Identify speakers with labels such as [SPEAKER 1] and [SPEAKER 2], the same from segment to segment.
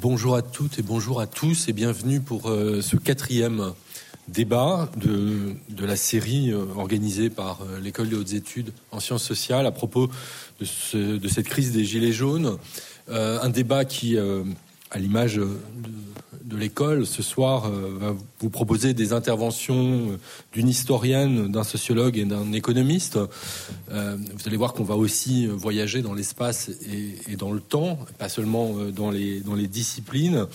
[SPEAKER 1] Bonjour à toutes et bonjour à tous et bienvenue pour ce 4e débat de la série organisée par l'École des hautes études en sciences sociales à propos de cette crise des Gilets jaunes. Un débat qui, à l'image de l'école, ce soir, va vous proposer des interventions d'une historienne, d'un sociologue et d'un économiste. Vous allez voir qu'on va aussi voyager dans l'espace et dans le temps, pas seulement dans les disciplines.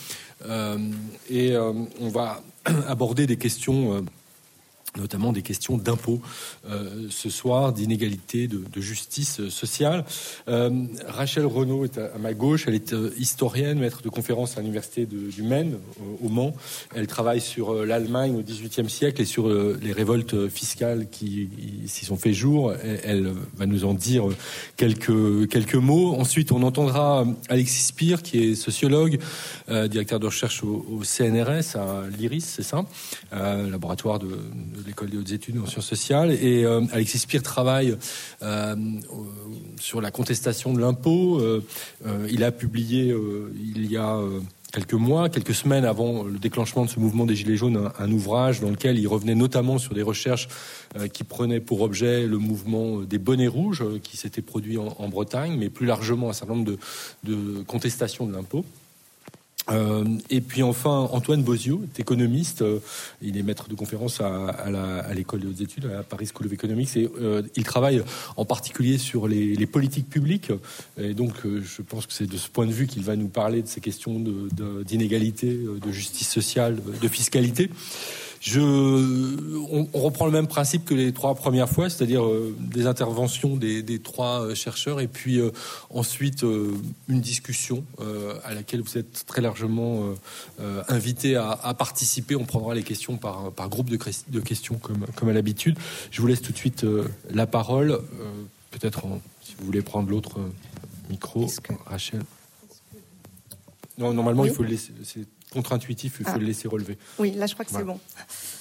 [SPEAKER 1] On va aborder des questions, notamment des questions d'impôts ce soir, d'inégalité, de justice sociale. Rachel Renaud est à ma gauche, elle est historienne, maître de conférence à l'université du Maine, au Mans. Elle travaille sur l'Allemagne au XVIIIe siècle et sur les révoltes fiscales qui s'y sont fait jour. Elle va nous en dire quelques mots. Ensuite, on entendra Alexis Spire, qui est sociologue, directeur de recherche au CNRS, à l'IRIS, c'est ça, laboratoire de l'École des hautes études en sciences sociales. Et Alexis Spire travaille sur la contestation de l'impôt. Il a publié il y a quelques semaines avant le déclenchement de ce mouvement des Gilets jaunes, un ouvrage dans lequel il revenait notamment sur des recherches qui prenaient pour objet le mouvement des bonnets rouges qui s'était produit en Bretagne, mais plus largement un certain nombre de contestations de l'impôt. Et puis enfin, Antoine Bozio est économiste, il est maître de conférence à l'École des hautes études, à la Paris School of Economics, et il travaille en particulier sur les politiques publiques, et donc je pense que c'est de ce point de vue qu'il va nous parler de ces questions d'inégalité, de justice sociale, de fiscalité. On reprend le même principe que les 3 premières fois, c'est-à-dire des interventions des 3 chercheurs et puis ensuite une discussion à laquelle vous êtes très largement invités à participer. On prendra les questions par groupe de questions comme à l'habitude. Je vous laisse tout de suite la parole. Peut-être si vous voulez prendre l'autre micro, Rachel. Non, normalement, oui. Il faut le laisser... C'est contre-intuitif, il faut le laisser relever.
[SPEAKER 2] Oui, là je crois que c'est bon.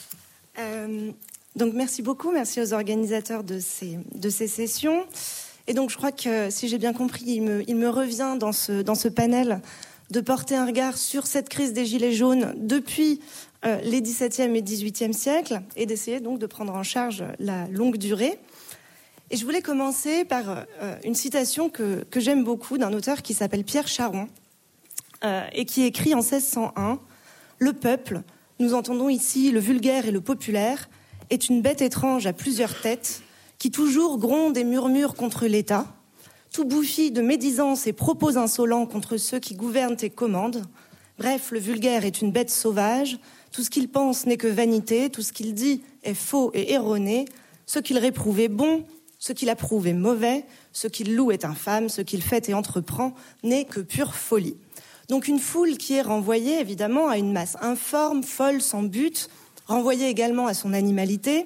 [SPEAKER 2] Donc merci beaucoup, merci aux organisateurs de ces sessions. Et donc je crois que, si j'ai bien compris, il me revient dans ce panel de porter un regard sur cette crise des Gilets jaunes depuis les XVIIe et XVIIIe siècles et d'essayer donc de prendre en charge la longue durée. Et je voulais commencer par une citation que j'aime beaucoup d'un auteur qui s'appelle Pierre Charon, et qui écrit en 1601 « Le peuple, nous entendons ici le vulgaire et le populaire, est une bête étrange à plusieurs têtes, qui toujours gronde et murmure contre l'État, tout bouffi de médisance et propos insolents contre ceux qui gouvernent et commandent. Bref, le vulgaire est une bête sauvage, tout ce qu'il pense n'est que vanité, tout ce qu'il dit est faux et erroné, ce qu'il réprouve est bon, ce qu'il approuve est mauvais, ce qu'il loue est infâme, ce qu'il fait et entreprend n'est que pure folie. » Donc une foule qui est renvoyée évidemment à une masse informe, folle, sans but, renvoyée également à son animalité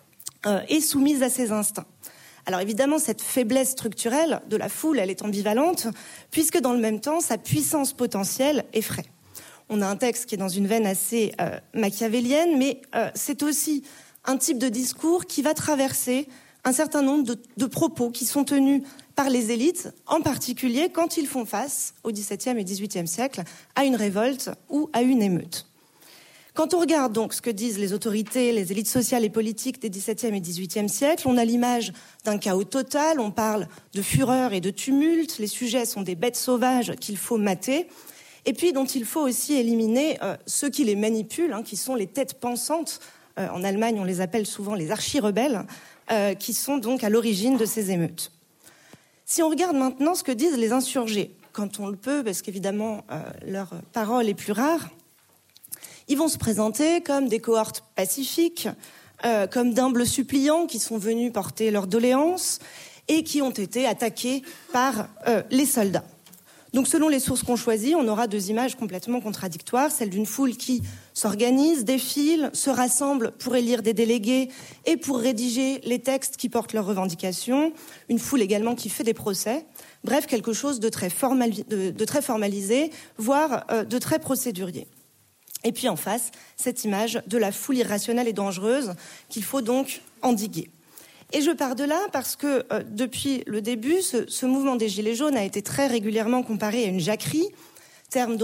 [SPEAKER 2] et soumise à ses instincts. Alors évidemment, cette faiblesse structurelle de la foule, elle est ambivalente, puisque dans le même temps, sa puissance potentielle effraie. On a un texte qui est dans une veine assez machiavélienne, mais c'est aussi un type de discours qui va traverser un certain nombre de propos qui sont tenus par les élites, en particulier quand ils font face, au XVIIe et XVIIIe siècle, à une révolte ou à une émeute. Quand on regarde donc ce que disent les autorités, les élites sociales et politiques des XVIIe et XVIIIe siècles, on a l'image d'un chaos total, on parle de fureur et de tumulte, les sujets sont des bêtes sauvages qu'il faut mater, et puis dont il faut aussi éliminer ceux qui les manipulent, qui sont les têtes pensantes. En Allemagne, on les appelle souvent les archi-rebelles, qui sont donc à l'origine de ces émeutes. Si on regarde maintenant ce que disent les insurgés, quand on le peut, parce qu'évidemment leur parole est plus rare, ils vont se présenter comme des cohortes pacifiques, comme d'humbles suppliants qui sont venus porter leurs doléances et qui ont été attaqués par les soldats. Donc selon les sources qu'on choisit, on aura 2 images complètement contradictoires, celle d'une foule qui s'organise, défile, se rassemble pour élire des délégués et pour rédiger les textes qui portent leurs revendications, une foule également qui fait des procès, bref, quelque chose de très formalisé, voire de très procédurier. Et puis en face, cette image de la foule irrationnelle et dangereuse qu'il faut donc endiguer. Et je pars de là parce que depuis le début, ce mouvement des Gilets jaunes a été très régulièrement comparé à une jacquerie, terme donc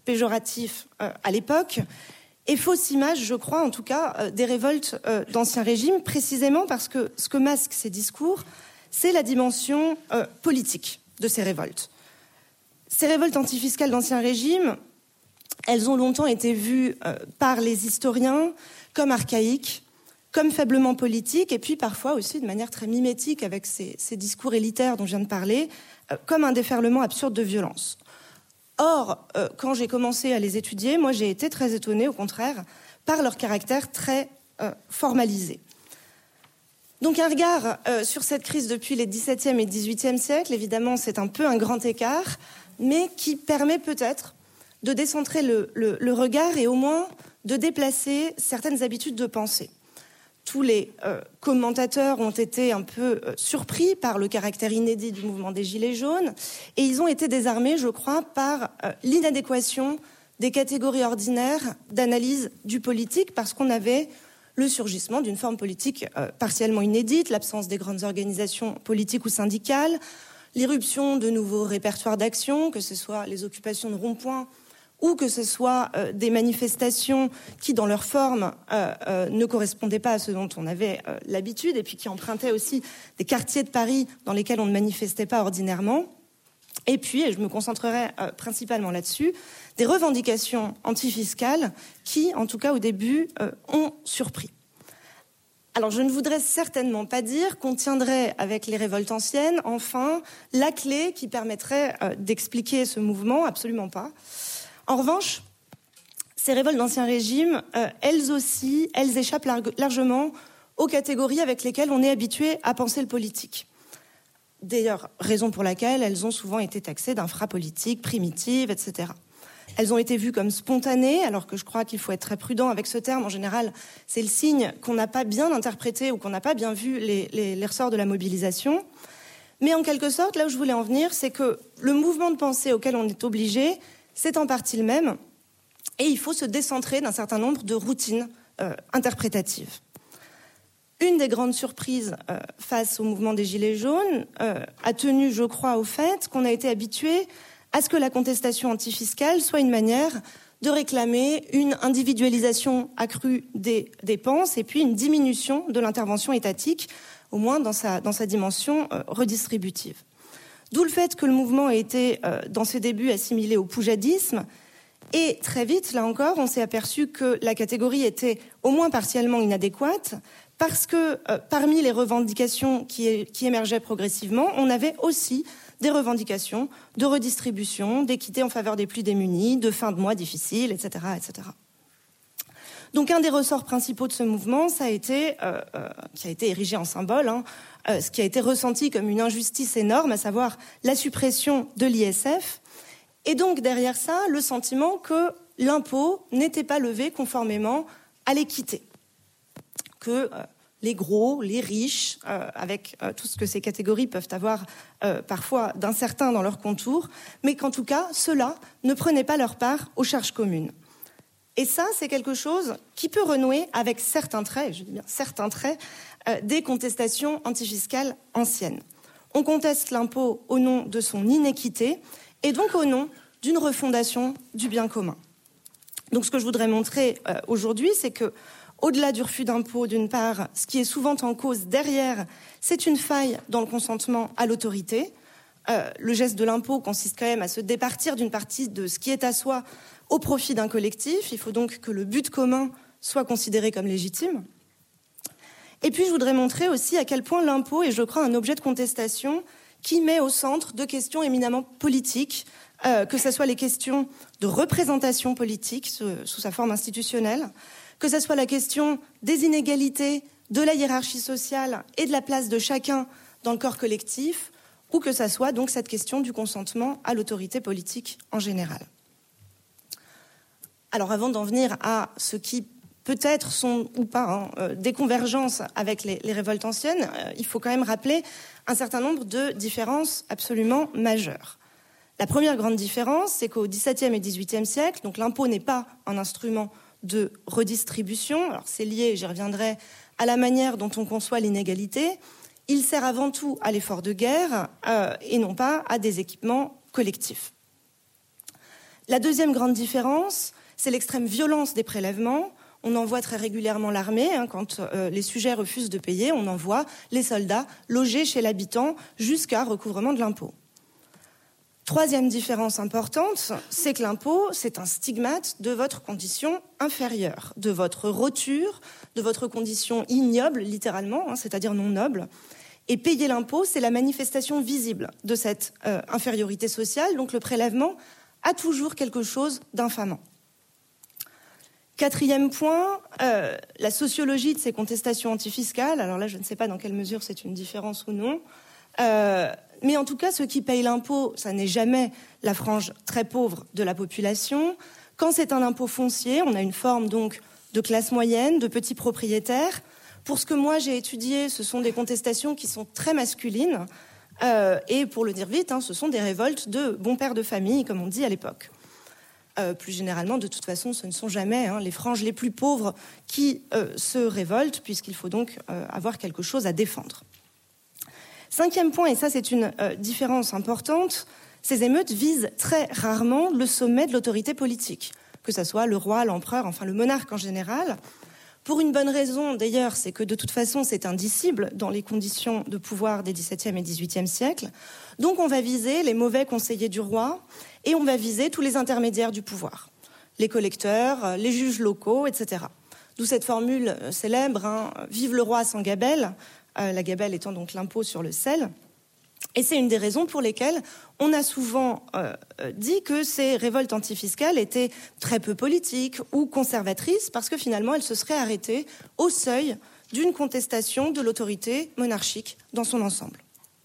[SPEAKER 2] péjoratif à l'époque, et fausse image, je crois, en tout cas, des révoltes d'Ancien Régime, précisément parce que ce que masquent ces discours, c'est la dimension politique de ces révoltes. Ces révoltes antifiscales d'Ancien Régime, elles ont longtemps été vues par les historiens comme archaïques, comme faiblement politiques, et puis parfois aussi de manière très mimétique avec ces discours élitaires dont je viens de parler, comme un déferlement absurde de violence. Or, quand j'ai commencé à les étudier, moi j'ai été très étonnée, au contraire, par leur caractère très formalisé. Donc un regard sur cette crise depuis les XVIIe et XVIIIe siècles, évidemment c'est un peu un grand écart, mais qui permet peut-être de décentrer le regard et au moins de déplacer certaines habitudes de pensée. Tous les commentateurs ont été un peu surpris par le caractère inédit du mouvement des Gilets jaunes et ils ont été désarmés, je crois, par l'inadéquation des catégories ordinaires d'analyse du politique parce qu'on avait le surgissement d'une forme politique partiellement inédite, l'absence des grandes organisations politiques ou syndicales, l'irruption de nouveaux répertoires d'action, que ce soit les occupations de ronds-points ou que ce soit des manifestations qui, dans leur forme, ne correspondaient pas à ce dont on avait l'habitude, et puis qui empruntaient aussi des quartiers de Paris dans lesquels on ne manifestait pas ordinairement. Et puis, et je me concentrerai principalement là-dessus, des revendications antifiscales qui, en tout cas au début, ont surpris. Alors, je ne voudrais certainement pas dire qu'on tiendrait avec les révoltes anciennes, enfin, la clé qui permettrait d'expliquer ce mouvement, absolument pas. En revanche, ces révoltes d'Ancien Régime, elles aussi, elles échappent largement aux catégories avec lesquelles on est habitué à penser le politique. D'ailleurs, raison pour laquelle elles ont souvent été taxées d'infrapolitiques, primitives, etc. Elles ont été vues comme spontanées, alors que je crois qu'il faut être très prudent avec ce terme. En général, c'est le signe qu'on n'a pas bien interprété ou qu'on n'a pas bien vu les ressorts de la mobilisation. Mais en quelque sorte, là où je voulais en venir, c'est que le mouvement de pensée auquel on est obligé, c'est en partie le même, et il faut se décentrer d'un certain nombre de routines interprétatives. Une des grandes surprises face au mouvement des Gilets jaunes a tenu, je crois, au fait qu'on a été habitué à ce que la contestation antifiscale soit une manière de réclamer une individualisation accrue des dépenses et puis une diminution de l'intervention étatique, au moins dans sa dimension redistributive. D'où le fait que le mouvement a été, dans ses débuts, assimilé au poujadisme. Et très vite, là encore, on s'est aperçu que la catégorie était au moins partiellement inadéquate parce que parmi les revendications qui émergeaient progressivement, on avait aussi des revendications de redistribution, d'équité en faveur des plus démunis, de fin de mois difficiles, etc., etc. Donc un des ressorts principaux de ce mouvement, ça a été, qui a été érigé en symbole, ce qui a été ressenti comme une injustice énorme, à savoir la suppression de l'ISF, et donc derrière ça, le sentiment que l'impôt n'était pas levé conformément à l'équité, que les gros, les riches, avec tout ce que ces catégories peuvent avoir parfois d'incertain dans leur contour, mais qu'en tout cas, ceux-là ne prenaient pas leur part aux charges communes. Et ça, c'est quelque chose qui peut renouer avec certains traits, je dis bien certains traits, des contestations antifiscales anciennes. On conteste l'impôt au nom de son inéquité et donc au nom d'une refondation du bien commun. Donc ce que je voudrais montrer aujourd'hui, c'est que au-delà du refus d'impôt, d'une part, ce qui est souvent en cause derrière, c'est une faille dans le consentement à l'autorité. Le geste de l'impôt consiste quand même à se départir d'une partie de ce qui est à soi au profit d'un collectif. Il faut donc que le but commun soit considéré comme légitime. Et puis, je voudrais montrer aussi à quel point l'impôt est, je crois, un objet de contestation qui met au centre de questions éminemment politiques, que ce soit les questions de représentation politique sous sa forme institutionnelle, que ce soit la question des inégalités, de la hiérarchie sociale et de la place de chacun dans le corps collectif, ou que ce soit donc cette question du consentement à l'autorité politique en général. Alors avant d'en venir à ce qui peut-être sont ou pas des convergences avec les révoltes anciennes, il faut quand même rappeler un certain nombre de différences absolument majeures. La première grande différence, c'est qu'au XVIIe et XVIIIe siècle, donc l'impôt n'est pas un instrument de redistribution. Alors c'est lié, j'y reviendrai, à la manière dont on conçoit l'inégalité. Il sert avant tout à l'effort de guerre et non pas à des équipements collectifs. La deuxième grande différence, c'est l'extrême violence des prélèvements. On envoie très régulièrement l'armée, quand les sujets refusent de payer, on envoie les soldats loger chez l'habitant jusqu'à recouvrement de l'impôt. Troisième différence importante, c'est que l'impôt, c'est un stigmate de votre condition inférieure, de votre roture, de votre condition ignoble, littéralement, c'est-à-dire non noble. Et payer l'impôt, c'est la manifestation visible de cette infériorité sociale, donc le prélèvement a toujours quelque chose d'infamant. Quatrième point, la sociologie de ces contestations antifiscales. Alors là, je ne sais pas dans quelle mesure c'est une différence ou non. Mais en tout cas, ceux qui payent l'impôt, ça n'est jamais la frange très pauvre de la population. Quand c'est un impôt foncier, on a une forme donc de classe moyenne, de petits propriétaires. Pour ce que moi j'ai étudié, ce sont des contestations qui sont très masculines. Et pour le dire vite, ce sont des révoltes de bons pères de famille, comme on dit à l'époque. Plus généralement, de toute façon, ce ne sont jamais les franges les plus pauvres qui se révoltent, puisqu'il faut donc avoir quelque chose à défendre. Cinquième point, et ça c'est une différence importante, ces émeutes visent très rarement le sommet de l'autorité politique, que ce soit le roi, l'empereur, enfin le monarque en général. Pour une bonne raison, d'ailleurs, c'est que de toute façon c'est indicible dans les conditions de pouvoir des XVIIe et XVIIIe siècles. Donc on va viser les mauvais conseillers du roi et on va viser tous les intermédiaires du pouvoir, les collecteurs, les juges locaux, etc. D'où cette formule célèbre, vive le roi sans gabelle, la gabelle étant donc l'impôt sur le sel. Et c'est une des raisons pour lesquelles on a souvent dit que ces révoltes antifiscales étaient très peu politiques ou conservatrices, parce que finalement elles se seraient arrêtées au seuil d'une contestation de l'autorité monarchique dans son ensemble.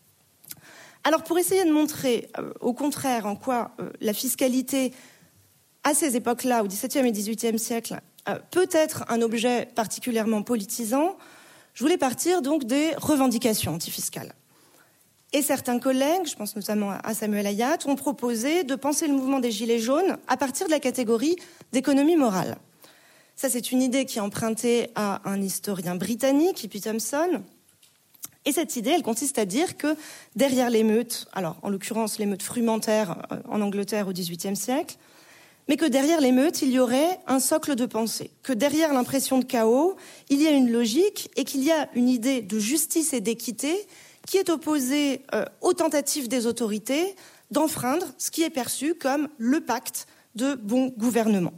[SPEAKER 2] Alors pour essayer de montrer au contraire en quoi la fiscalité à ces époques-là, au XVIIe et XVIIIe siècle, peut être un objet particulièrement politisant, je voulais partir donc des revendications antifiscales. Et certains collègues, je pense notamment à Samuel Ayat, ont proposé de penser le mouvement des Gilets jaunes à partir de la catégorie d'économie morale. Ça, c'est une idée qui est empruntée à un historien britannique, E.P. Thompson. Et cette idée, elle consiste à dire que derrière l'émeute, alors en l'occurrence l'émeute frumentaire en Angleterre au XVIIIe siècle, mais que derrière l'émeute, il y aurait un socle de pensée, que derrière l'impression de chaos, il y a une logique et qu'il y a une idée de justice et d'équité qui est opposée aux tentatives des autorités d'enfreindre ce qui est perçu comme le pacte de bon gouvernement.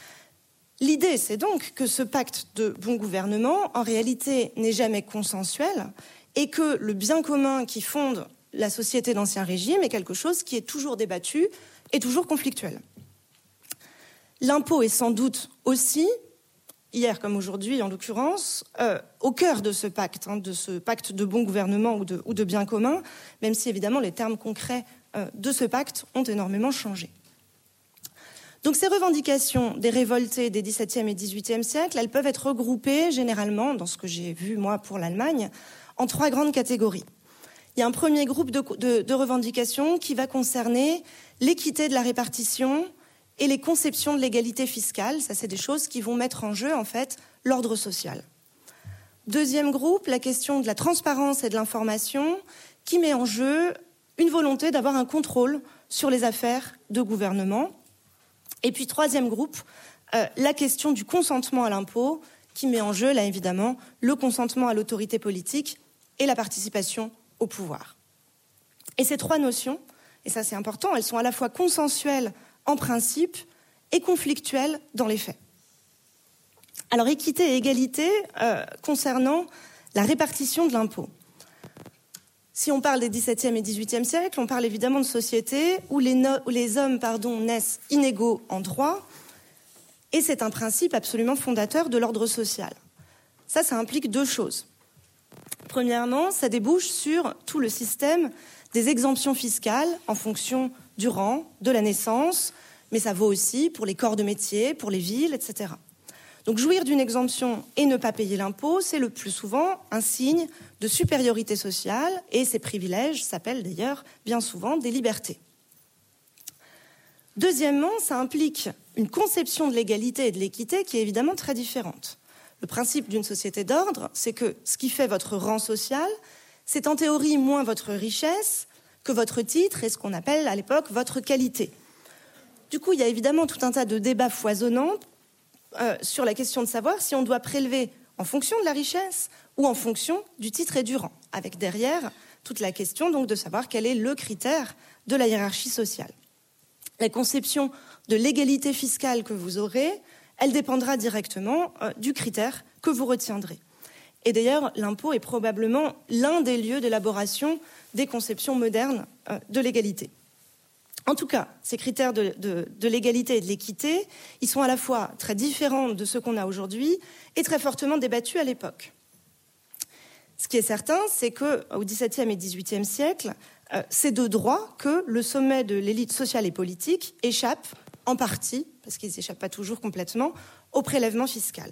[SPEAKER 2] L'idée, c'est donc que ce pacte de bon gouvernement, en réalité, n'est jamais consensuel et que le bien commun qui fonde la société d'Ancien Régime est quelque chose qui est toujours débattu et toujours conflictuel. L'impôt est sans doute aussi, hier comme aujourd'hui en l'occurrence, au cœur de ce pacte de bon gouvernement ou de bien commun, même si évidemment les termes concrets de ce pacte ont énormément changé. Donc ces revendications des révoltés des XVIIe et XVIIIe siècles, elles peuvent être regroupées généralement, dans ce que j'ai vu moi pour l'Allemagne, en trois grandes catégories. Il y a un premier groupe de revendications qui va concerner l'équité de la répartition et les conceptions de l'égalité fiscale. Ça, c'est des choses qui vont mettre en jeu, en fait, l'ordre social. Deuxième groupe, la question de la transparence et de l'information, qui met en jeu une volonté d'avoir un contrôle sur les affaires de gouvernement. Et puis, troisième groupe, la question du consentement à l'impôt, qui met en jeu, là, évidemment, le consentement à l'autorité politique et la participation au pouvoir. Et ces trois notions, et ça c'est important, elles sont à la fois consensuelles en principe et conflictuelles dans les faits. Alors, équité et égalité concernant la répartition de l'impôt. Si on parle des XVIIe et XVIIIe siècles, on parle évidemment de sociétés où les hommes naissent inégaux en droit, et c'est un principe absolument fondateur de l'ordre social. Ça implique deux choses. Premièrement, ça débouche sur tout le système des exemptions fiscales en fonction du rang, de la naissance, mais ça vaut aussi pour les corps de métier, pour les villes, etc. Donc jouir d'une exemption et ne pas payer l'impôt, c'est le plus souvent un signe de supériorité sociale, et ces privilèges s'appellent d'ailleurs bien souvent des libertés. Deuxièmement, ça implique une conception de l'égalité et de l'équité qui est évidemment très différente. Le principe d'une société d'ordre, c'est que ce qui fait votre rang social, c'est en théorie moins votre richesse que votre titre et ce qu'on appelle à l'époque votre qualité. Du coup, il y a évidemment tout un tas de débats foisonnants sur la question de savoir si on doit prélever en fonction de la richesse ou en fonction du titre et du rang, avec derrière toute la question donc de savoir quel est le critère de la hiérarchie sociale. La conception de l'égalité fiscale que vous aurez, elle dépendra directement du critère que vous retiendrez. Et d'ailleurs, l'impôt est probablement l'un des lieux d'élaboration des conceptions modernes de l'égalité. En tout cas, ces critères de l'égalité et de l'équité, ils sont à la fois très différents de ceux qu'on a aujourd'hui et très fortement débattus à l'époque. Ce qui est certain, c'est qu'au XVIIe et XVIIIe siècle, c'est de droit que le sommet de l'élite sociale et politique échappe en partie, parce qu'ils n'échappent pas toujours complètement, au prélèvement fiscal.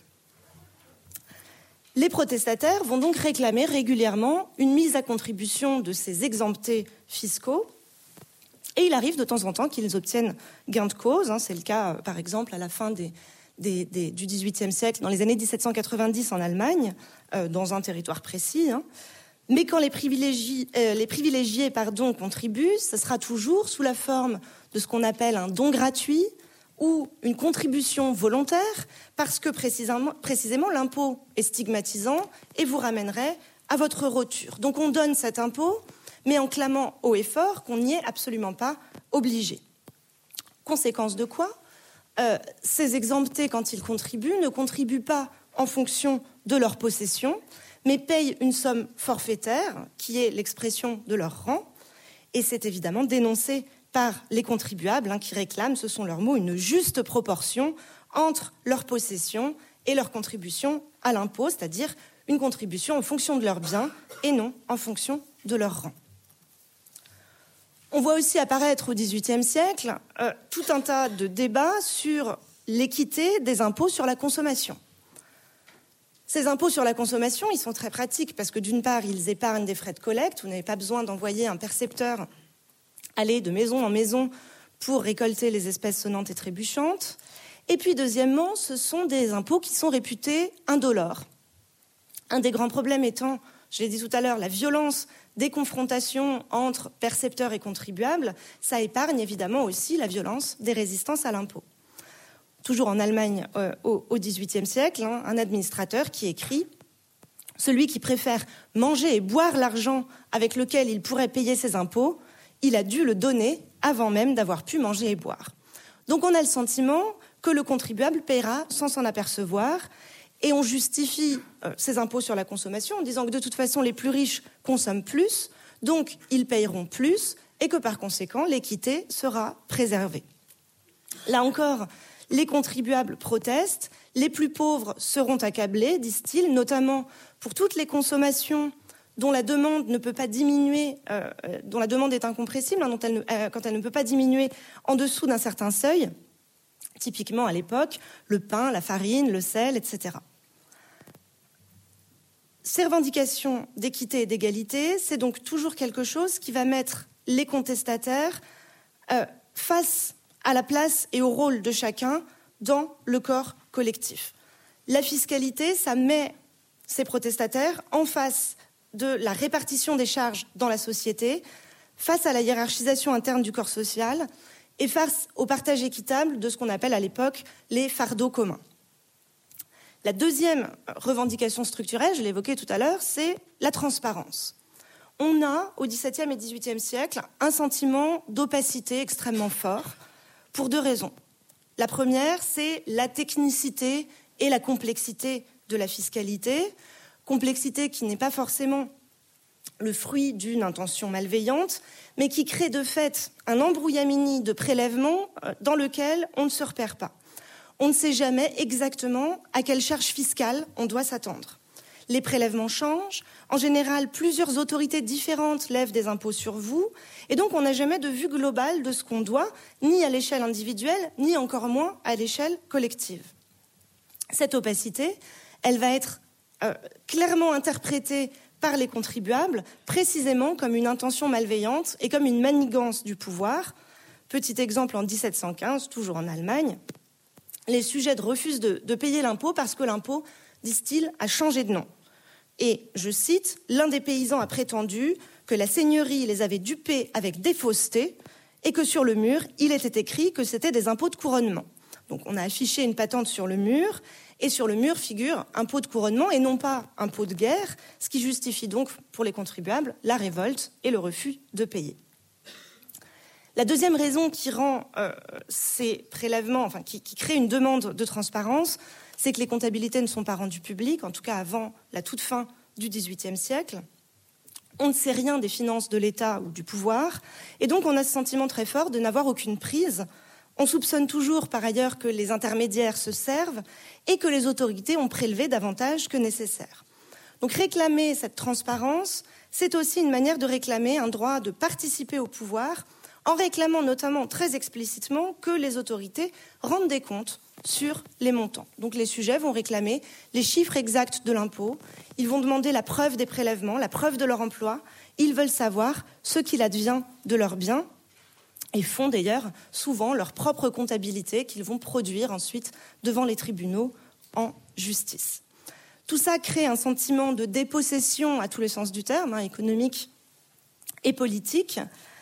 [SPEAKER 2] Les protestataires vont donc réclamer régulièrement une mise à contribution de ces exemptés fiscaux, et il arrive de temps en temps qu'ils obtiennent gain de cause. C'est le cas, par exemple, à la fin du XVIIIe siècle, dans les années 1790 en Allemagne, dans un territoire précis. Mais quand les privilégiés contribuent, ce sera toujours sous la forme de ce qu'on appelle un don gratuit ou une contribution volontaire, parce que précisément l'impôt est stigmatisant et vous ramènerait à votre roture. Donc on donne cet impôt, mais en clamant haut et fort qu'on n'y est absolument pas obligé. Conséquence de quoi ? Ces exemptés, quand ils contribuent, ne contribuent pas en fonction de leur possession, mais payent une somme forfaitaire, qui est l'expression de leur rang, et c'est évidemment dénoncé par les contribuables qui réclament, ce sont leurs mots, une juste proportion entre leur possession et leur contribution à l'impôt, c'est-à-dire une contribution en fonction de leurs biens et non en fonction de leur rang. On voit aussi apparaître au XVIIIe siècle tout un tas de débats sur l'équité des impôts sur la consommation. Ces impôts sur la consommation, ils sont très pratiques parce que d'une part, ils épargnent des frais de collecte. Vous n'avez pas besoin d'envoyer un percepteur aller de maison en maison pour récolter les espèces sonnantes et trébuchantes. Et puis deuxièmement, ce sont des impôts qui sont réputés indolores. Un des grands problèmes étant, je l'ai dit tout à l'heure, la violence des confrontations entre percepteurs et contribuables. Ça épargne évidemment aussi la violence des résistances à l'impôt. Toujours en Allemagne au XVIIIe siècle, un administrateur qui écrit « Celui qui préfère manger et boire l'argent avec lequel il pourrait payer ses impôts, il a dû le donner avant même d'avoir pu manger et boire. » Donc on a le sentiment que le contribuable paiera sans s'en apercevoir, et on justifie ces impôts sur la consommation en disant que de toute façon les plus riches consomment plus, donc ils paieront plus, et que par conséquent l'équité sera préservée. Là encore, les contribuables protestent, les plus pauvres seront accablés, disent-ils, notamment pour toutes les consommations dont la demande ne peut pas diminuer, dont la demande est incompressible, quand elle ne peut pas diminuer en dessous d'un certain seuil, typiquement à l'époque, le pain, la farine, le sel, etc. Ces revendications d'équité et d'égalité, c'est donc toujours quelque chose qui va mettre les contestataires face à la place et au rôle de chacun dans le corps collectif. La fiscalité, ça met ces protestataires en face de la répartition des charges dans la société, face à la hiérarchisation interne du corps social et face au partage équitable de ce qu'on appelle à l'époque les fardeaux communs. La deuxième revendication structurelle, je l'ai évoquée tout à l'heure, c'est la transparence. On a, au XVIIe et XVIIIe siècle, un sentiment d'opacité extrêmement fort, pour deux raisons. La première, c'est la technicité et la complexité de la fiscalité, complexité qui n'est pas forcément le fruit d'une intention malveillante, mais qui crée de fait un embrouillamini de prélèvements dans lequel on ne se repère pas. On ne sait jamais exactement à quelle charge fiscale on doit s'attendre. Les prélèvements changent. En général, plusieurs autorités différentes lèvent des impôts sur vous. Et donc, on n'a jamais de vue globale de ce qu'on doit, ni à l'échelle individuelle, ni encore moins à l'échelle collective. Cette opacité, elle va être clairement interprétée par les contribuables, précisément comme une intention malveillante et comme une manigance du pouvoir. Petit exemple, en 1715, toujours en Allemagne, les sujets refusent de payer l'impôt parce que l'impôt, disent-ils, a changé de nom. Et, je cite, « L'un des paysans a prétendu que la seigneurie les avait dupés avec des faussetés et que sur le mur, il était écrit que c'était des impôts de couronnement. Donc on a affiché une patente sur le mur, et sur le mur figure impôt de couronnement et non pas impôt de guerre, ce qui justifie donc pour les contribuables la révolte et le refus de payer. La deuxième raison qui rend ces prélèvements, enfin qui crée une demande de transparence, c'est que les comptabilités ne sont pas rendues publiques, en tout cas avant la toute fin du XVIIIe siècle. On ne sait rien des finances de l'État ou du pouvoir, et donc on a ce sentiment très fort de n'avoir aucune prise. On soupçonne toujours par ailleurs que les intermédiaires se servent et que les autorités ont prélevé davantage que nécessaire. Donc réclamer cette transparence, c'est aussi une manière de réclamer un droit de participer au pouvoir, en réclamant notamment très explicitement que les autorités rendent des comptes sur les montants. Donc les sujets vont réclamer les chiffres exacts de l'impôt, ils vont demander la preuve des prélèvements, la preuve de leur emploi, ils veulent savoir ce qu'il advient de leurs biens et font d'ailleurs souvent leur propre comptabilité qu'ils vont produire ensuite devant les tribunaux en justice. Tout ça crée un sentiment de dépossession à tous les sens du terme, économique et politique.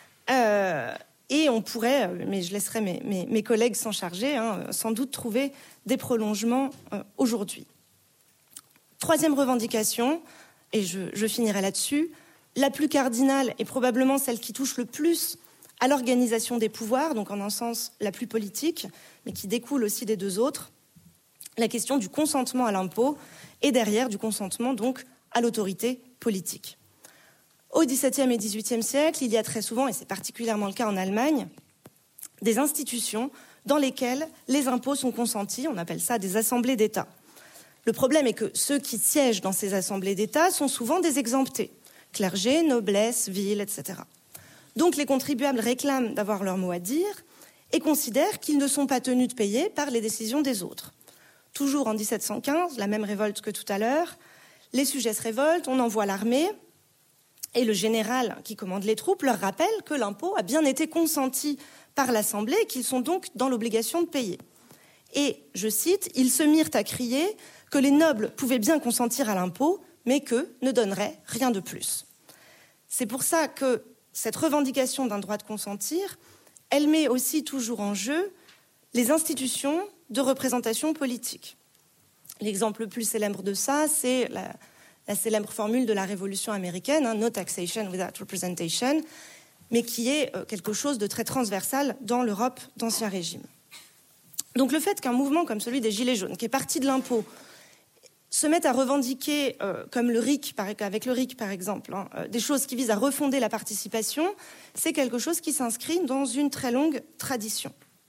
[SPEAKER 2] Et on pourrait, mais je laisserai mes collègues s'en charger, sans doute trouver des prolongements aujourd'hui. Troisième revendication, et je finirai là-dessus, la plus cardinale et probablement celle qui touche le plus à l'organisation des pouvoirs, donc en un sens la plus politique, mais qui découle aussi des deux autres, la question du consentement à l'impôt et derrière du consentement donc à l'autorité politique. Au XVIIe et XVIIIe siècle, il y a très souvent, et c'est particulièrement le cas en Allemagne, des institutions dans lesquelles les impôts sont consentis, on appelle ça des assemblées d'État. Le problème est que ceux qui siègent dans ces assemblées d'État sont souvent des exemptés, clergé, noblesse, ville, etc. Donc les contribuables réclament d'avoir leur mot à dire et considèrent qu'ils ne sont pas tenus de payer par les décisions des autres. Toujours en 1715, la même révolte que tout à l'heure, les sujets se révoltent, on envoie l'armée, et le général qui commande les troupes leur rappelle que l'impôt a bien été consenti par l'Assemblée et qu'ils sont donc dans l'obligation de payer. Et, je cite, « Ils se mirent à crier que les nobles pouvaient bien consentir à l'impôt, mais qu'eux ne donneraient rien de plus. » C'est pour ça que cette revendication d'un droit de consentir, elle met aussi toujours en jeu les institutions de représentation politique. L'exemple le plus célèbre de ça, c'est la célèbre formule de la Révolution américaine, no taxation without representation, mais qui est quelque chose de très transversal dans l'Europe d'Ancien Régime. Donc le fait qu'un mouvement comme celui des Gilets jaunes, qui est parti de l'impôt, se mette à revendiquer, comme le RIC, avec le RIC par exemple, des choses qui visent à refonder la participation, c'est quelque chose qui s'inscrit dans une très longue tradition.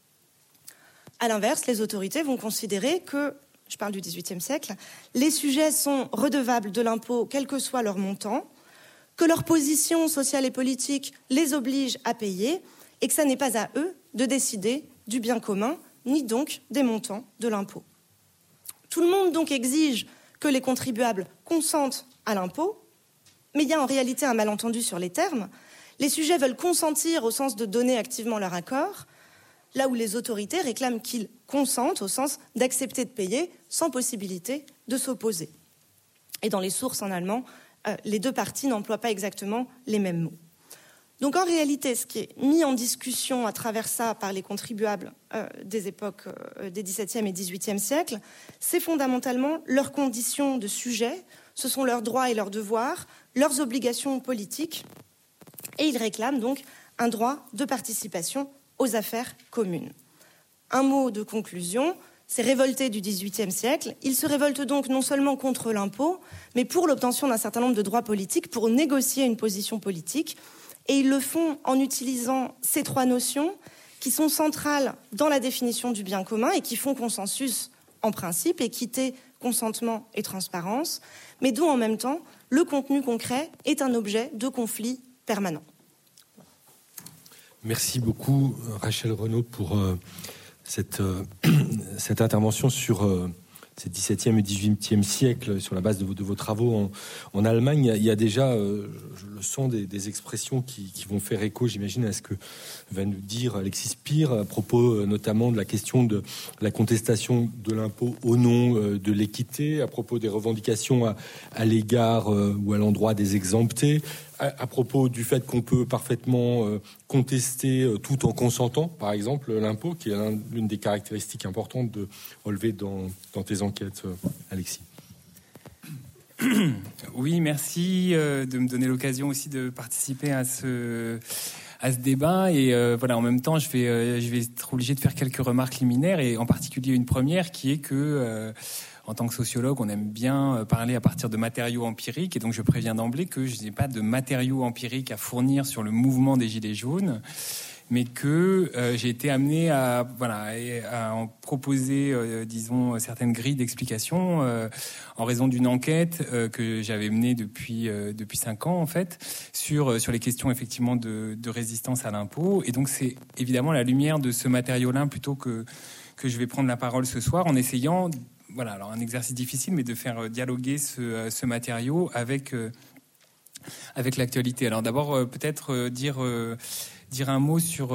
[SPEAKER 2] À l'inverse, les autorités vont considérer que, je parle du XVIIIe siècle, les sujets sont redevables de l'impôt, quel que soit leur montant, que leur position sociale et politique les oblige à payer, et que ça n'est pas à eux de décider du bien commun, ni donc des montants de l'impôt. Tout le monde donc exige que les contribuables consentent à l'impôt, mais il y a en réalité un malentendu sur les termes. Les sujets veulent consentir au sens de donner activement leur accord, là où les autorités réclament qu'ils consentent au sens d'accepter de payer sans possibilité de s'opposer. Et dans les sources en allemand, les deux parties n'emploient pas exactement les mêmes mots. Donc en réalité, ce qui est mis en discussion à travers ça par les contribuables des époques des XVIIe et XVIIIe siècles, c'est fondamentalement leurs conditions de sujet, ce sont leurs droits et leurs devoirs, leurs obligations politiques, et ils réclament donc un droit de participation aux affaires communes. Un mot de conclusion, ces révoltés du XVIIIe siècle, ils se révoltent donc non seulement contre l'impôt, mais pour l'obtention d'un certain nombre de droits politiques, pour négocier une position politique, et ils le font en utilisant ces trois notions qui sont centrales dans la définition du bien commun et qui font consensus en principe, équité, consentement et transparence, mais dont en même temps le contenu concret est un objet de conflit permanent.
[SPEAKER 1] Merci beaucoup Rachel Renaud pour cette intervention sur ces 17e et 18e siècles sur la base de vos travaux en Allemagne. Il y a déjà, je le sens, des expressions qui vont faire écho, j'imagine, à ce que va nous dire Alexis Spire à propos notamment de la question de la contestation de l'impôt au nom de l'équité, à propos des revendications à l'égard ou à l'endroit des exemptés, à propos du fait qu'on peut parfaitement contester tout en consentant, par exemple, l'impôt, qui est l'une des caractéristiques importantes de relever dans tes enquêtes, Alexis.
[SPEAKER 3] Oui, merci de me donner l'occasion aussi de participer à ce débat. Et voilà, en même temps, je vais être obligé de faire quelques remarques liminaires, et en particulier une première qui est que en tant que sociologue, on aime bien parler à partir de matériaux empiriques, et donc je préviens d'emblée que je n'ai pas de matériaux empiriques à fournir sur le mouvement des Gilets jaunes, mais que j'ai été amené à en proposer, disons, certaines grilles d'explication en raison d'une enquête que j'avais menée depuis 5 ans, en fait, sur les questions, effectivement, de résistance à l'impôt. Et donc, c'est évidemment à la lumière de ce matériau-là, plutôt que je vais prendre la parole ce soir, en essayant... Voilà, alors un exercice difficile, mais de faire dialoguer ce matériau avec l'actualité. Alors d'abord, peut-être dire un mot sur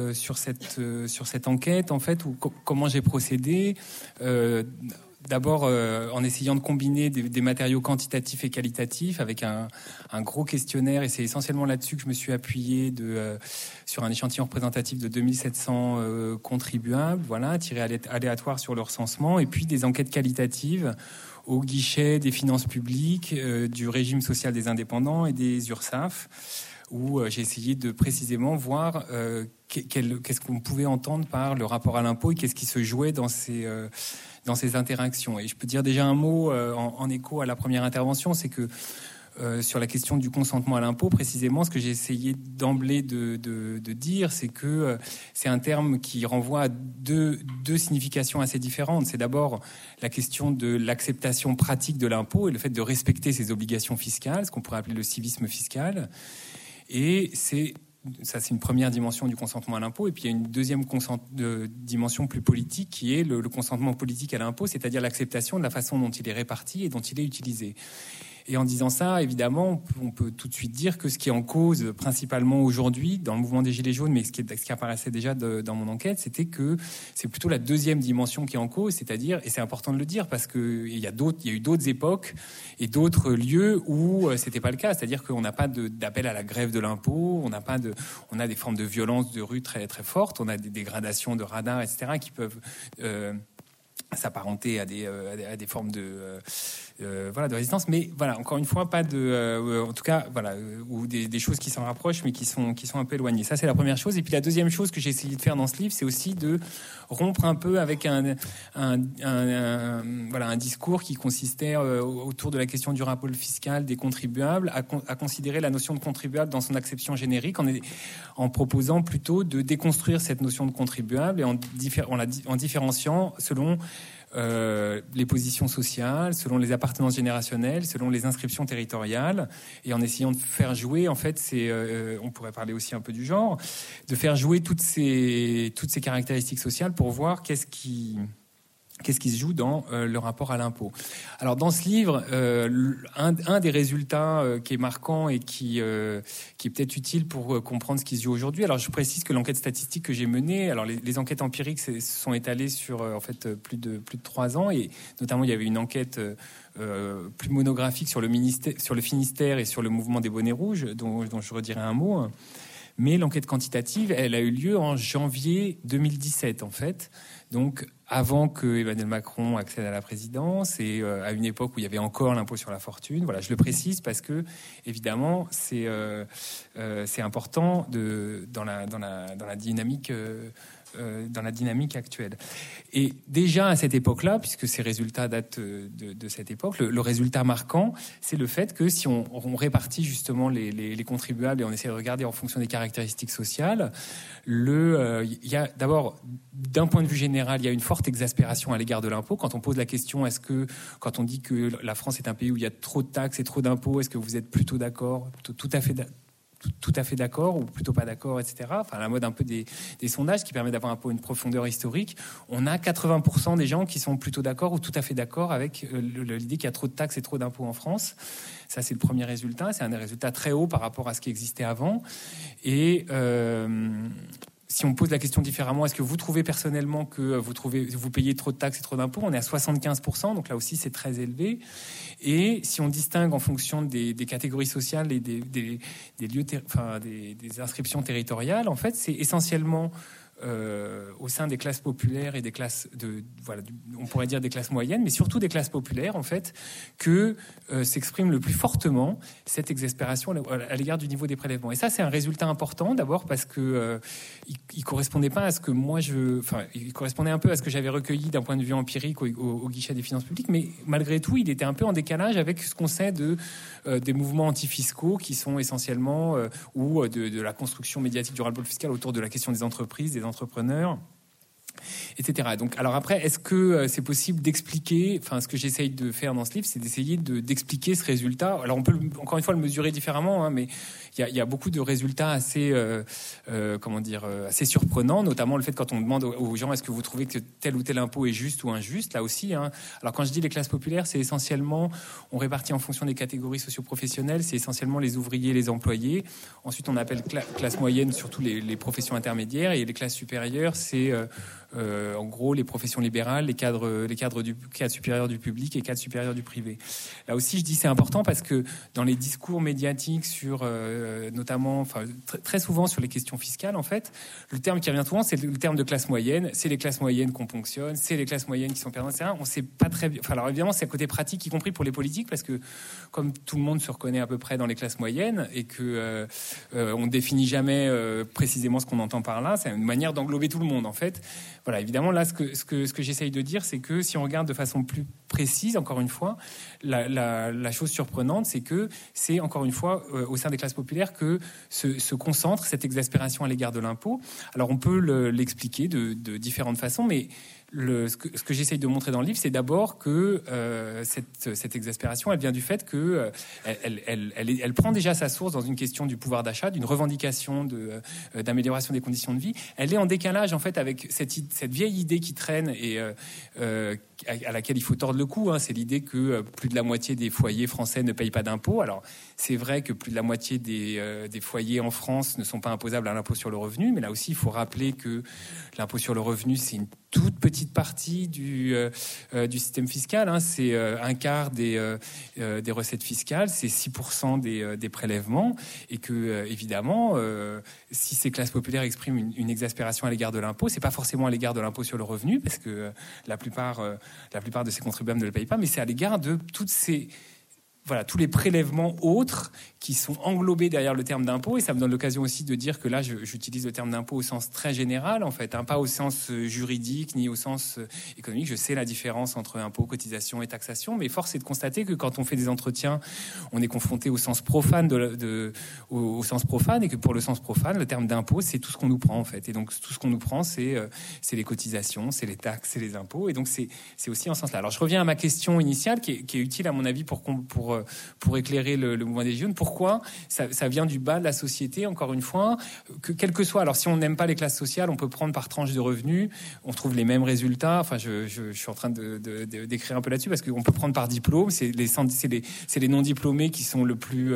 [SPEAKER 3] cette enquête, en fait, ou comment j'ai procédé. D'abord, en essayant de combiner des matériaux quantitatifs et qualitatifs avec un gros questionnaire, et c'est essentiellement là-dessus que je me suis appuyé sur un échantillon représentatif de 2700 contribuables, voilà, tirés aléatoires sur le recensement, et puis des enquêtes qualitatives au guichet des finances publiques, du régime social des indépendants et des URSSAF, où j'ai essayé de précisément voir qu'est-ce qu'on pouvait entendre par le rapport à l'impôt et qu'est-ce qui se jouait dans ces interactions. Et je peux dire déjà un mot en écho à la première intervention, c'est que sur la question du consentement à l'impôt, précisément, ce que j'ai essayé d'emblée de dire, c'est que c'est un terme qui renvoie à deux significations assez différentes. C'est d'abord la question de l'acceptation pratique de l'impôt et le fait de respecter ses obligations fiscales, ce qu'on pourrait appeler le civisme fiscal. Et c'est une première dimension du consentement à l'impôt. Et puis il y a une deuxième dimension plus politique qui est le consentement politique à l'impôt, c'est-à-dire l'acceptation de la façon dont il est réparti et dont il est utilisé. Et en disant ça, évidemment, on peut tout de suite dire que ce qui est en cause principalement aujourd'hui dans le mouvement des Gilets jaunes, mais ce qui apparaissait déjà dans mon enquête, c'était que c'est plutôt la deuxième dimension qui est en cause, c'est-à-dire, et c'est important de le dire parce que il y a eu d'autres époques et d'autres lieux où c'était pas le cas, c'est-à-dire qu'on n'a pas d'appel à la grève de l'impôt, on a des formes de violence de rue très très fortes, on a des dégradations de radars, etc., qui peuvent s'apparenter à des formes de résistance, mais voilà, encore une fois, pas en tout cas, ou des choses qui s'en rapprochent, mais qui sont un peu éloignées. Ça, c'est la première chose. Et puis la deuxième chose que j'ai essayé de faire dans ce livre, c'est aussi de rompre un peu avec un discours qui consistait autour de la question du rapport fiscal des contribuables, à considérer la notion de contribuable dans son acception générique, en proposant plutôt de déconstruire cette notion de contribuable et en différenciant selon les positions sociales, selon les appartenances générationnelles, selon les inscriptions territoriales, et en essayant de faire jouer, en fait, on pourrait parler aussi un peu du genre, de faire jouer toutes ces caractéristiques sociales pour voir qu'est-ce qui se joue dans le rapport à l'impôt. Alors dans ce livre, un des résultats qui est marquant et qui est peut-être utile pour comprendre ce qui se joue aujourd'hui. Alors je précise que l'enquête statistique que j'ai menée, alors les enquêtes empiriques se sont étalées sur en fait plus de 3 ans, et notamment il y avait une enquête plus monographique sur le Finistère et sur le mouvement des bonnets rouges, dont je redirai un mot. Mais l'enquête quantitative, elle a eu lieu en janvier 2017 en fait. Donc avant que Emmanuel Macron accède à la présidence, et à une époque où il y avait encore l'impôt sur la fortune. Voilà, je le précise parce que évidemment c'est important dans la dynamique actuelle. Et déjà à cette époque-là, puisque ces résultats datent de cette époque, le résultat marquant, c'est le fait que si on répartit justement les contribuables et on essaie de regarder en fonction des caractéristiques sociales, il y a d'abord, d'un point de vue général, il y a une forte exaspération à l'égard de l'impôt. Quand on pose la question, quand on dit que la France est un pays où il y a trop de taxes et trop d'impôts, est-ce que vous êtes plutôt d'accord, tout à fait d'accord ou plutôt pas d'accord, etc. Enfin, la mode un peu des sondages qui permet d'avoir un peu une profondeur historique. On a 80% des gens qui sont plutôt d'accord ou tout à fait d'accord avec l'idée qu'il y a trop de taxes et trop d'impôts en France. Ça, c'est le premier résultat. C'est un des résultats très hauts par rapport à ce qui existait avant. Et si on pose la question différemment, est-ce que vous trouvez personnellement que vous payez trop de taxes et trop d'impôts? On est à 75%, donc là aussi c'est très élevé. Et si on distingue en fonction des catégories sociales et des lieux, des inscriptions territoriales, en fait, c'est essentiellement au sein des classes populaires et des classes on pourrait dire des classes moyennes, mais surtout des classes populaires, en fait, que s'exprime le plus fortement cette exaspération à l'égard du niveau des prélèvements. Et ça, c'est un résultat important, d'abord parce que il correspondait pas à ce que il correspondait un peu à ce que j'avais recueilli d'un point de vue empirique au guichet des finances publiques, mais malgré tout, il était un peu en décalage avec ce qu'on sait des mouvements antifiscaux qui sont essentiellement ou de la construction médiatique du ras-le-bol fiscal autour de la question des entreprises, des entrepreneurs, etc. Donc, alors après, est-ce que c'est possible d'expliquer, ce que j'essaye de faire dans ce livre, c'est d'essayer d'expliquer ce résultat. Alors, on peut encore une fois le mesurer différemment, mais il y a beaucoup de résultats assez, assez surprenants, notamment le fait quand on demande aux gens, est-ce que vous trouvez que tel ou tel impôt est juste ou injuste, là aussi. Alors, quand je dis les classes populaires, c'est essentiellement, on répartit en fonction des catégories socio-professionnelles, c'est essentiellement les ouvriers, les employés. Ensuite, on appelle classe moyenne surtout les professions intermédiaires, et les classes supérieures, c'est en gros les professions libérales, les cadres supérieurs du public et cadres supérieurs du privé. Là aussi, je dis c'est important parce que dans les discours médiatiques sur notamment, très souvent sur les questions fiscales, en fait, le terme qui revient souvent, c'est le terme de classe moyenne. C'est les classes moyennes qu'on ponctionne, c'est les classes moyennes qui sont perdantes, etc. On sait pas très bien. Alors évidemment, c'est à côté pratique, y compris pour les politiques, parce que comme tout le monde se reconnaît à peu près dans les classes moyennes et que on définit jamais précisément ce qu'on entend par là, c'est une manière d'englober tout le monde, en fait. Voilà, évidemment, là, ce que j'essaye de dire, c'est que si on regarde de façon plus précise, encore une fois, la chose surprenante, c'est que c'est, encore une fois, au sein des classes populaires que se concentre cette exaspération à l'égard de l'impôt. Alors, on peut l'expliquer de différentes façons, mais ce que j'essaye de montrer dans le livre, c'est d'abord que cette exaspération, elle vient du fait que elle prend déjà sa source dans une question du pouvoir d'achat, d'une revendication d'amélioration des conditions de vie. Elle est en décalage, en fait, avec cette vieille idée qui traîne et à laquelle il faut tordre le cou. C'est l'idée que plus de la moitié des foyers français ne payent pas d'impôts. Alors, c'est vrai que plus de la moitié des foyers en France ne sont pas imposables à l'impôt sur le revenu, mais là aussi, il faut rappeler que l'impôt sur le revenu, c'est une toute petite partie du système fiscal. C'est un quart des recettes fiscales, c'est 6% des prélèvements, et que évidemment, si ces classes populaires expriment une exaspération à l'égard de l'impôt, c'est pas forcément à l'égard de l'impôt sur le revenu, parce que la plupart de ces contribuables ne le payent pas, mais c'est à l'égard de tous les prélèvements autres qui sont englobés derrière le terme d'impôt. Et ça me donne l'occasion aussi de dire que là, j'utilise le terme d'impôt au sens très général, en fait, pas au sens juridique ni au sens économique. Je sais la différence entre impôt, cotisation et taxation, mais force est de constater que quand on fait des entretiens, on est confronté au sens profane au sens profane, et que pour le sens profane, le terme d'impôt, c'est tout ce qu'on nous prend, en fait. Et donc, tout ce qu'on nous prend, c'est les cotisations, c'est les taxes, c'est les impôts. Et donc, c'est aussi en ce sens-là. Alors, je reviens à ma question initiale, qui est utile, à mon avis, pour éclairer le mouvement des Gilets jaunes. Pourquoi ça vient du bas de la société, encore une fois, que quel que soit. Alors, si on n'aime pas les classes sociales, on peut prendre par tranche de revenus, on trouve les mêmes résultats. Je suis en train d'écrire un peu là-dessus, parce qu'on peut prendre par diplôme. C'est les non-diplômés qui sont le plus,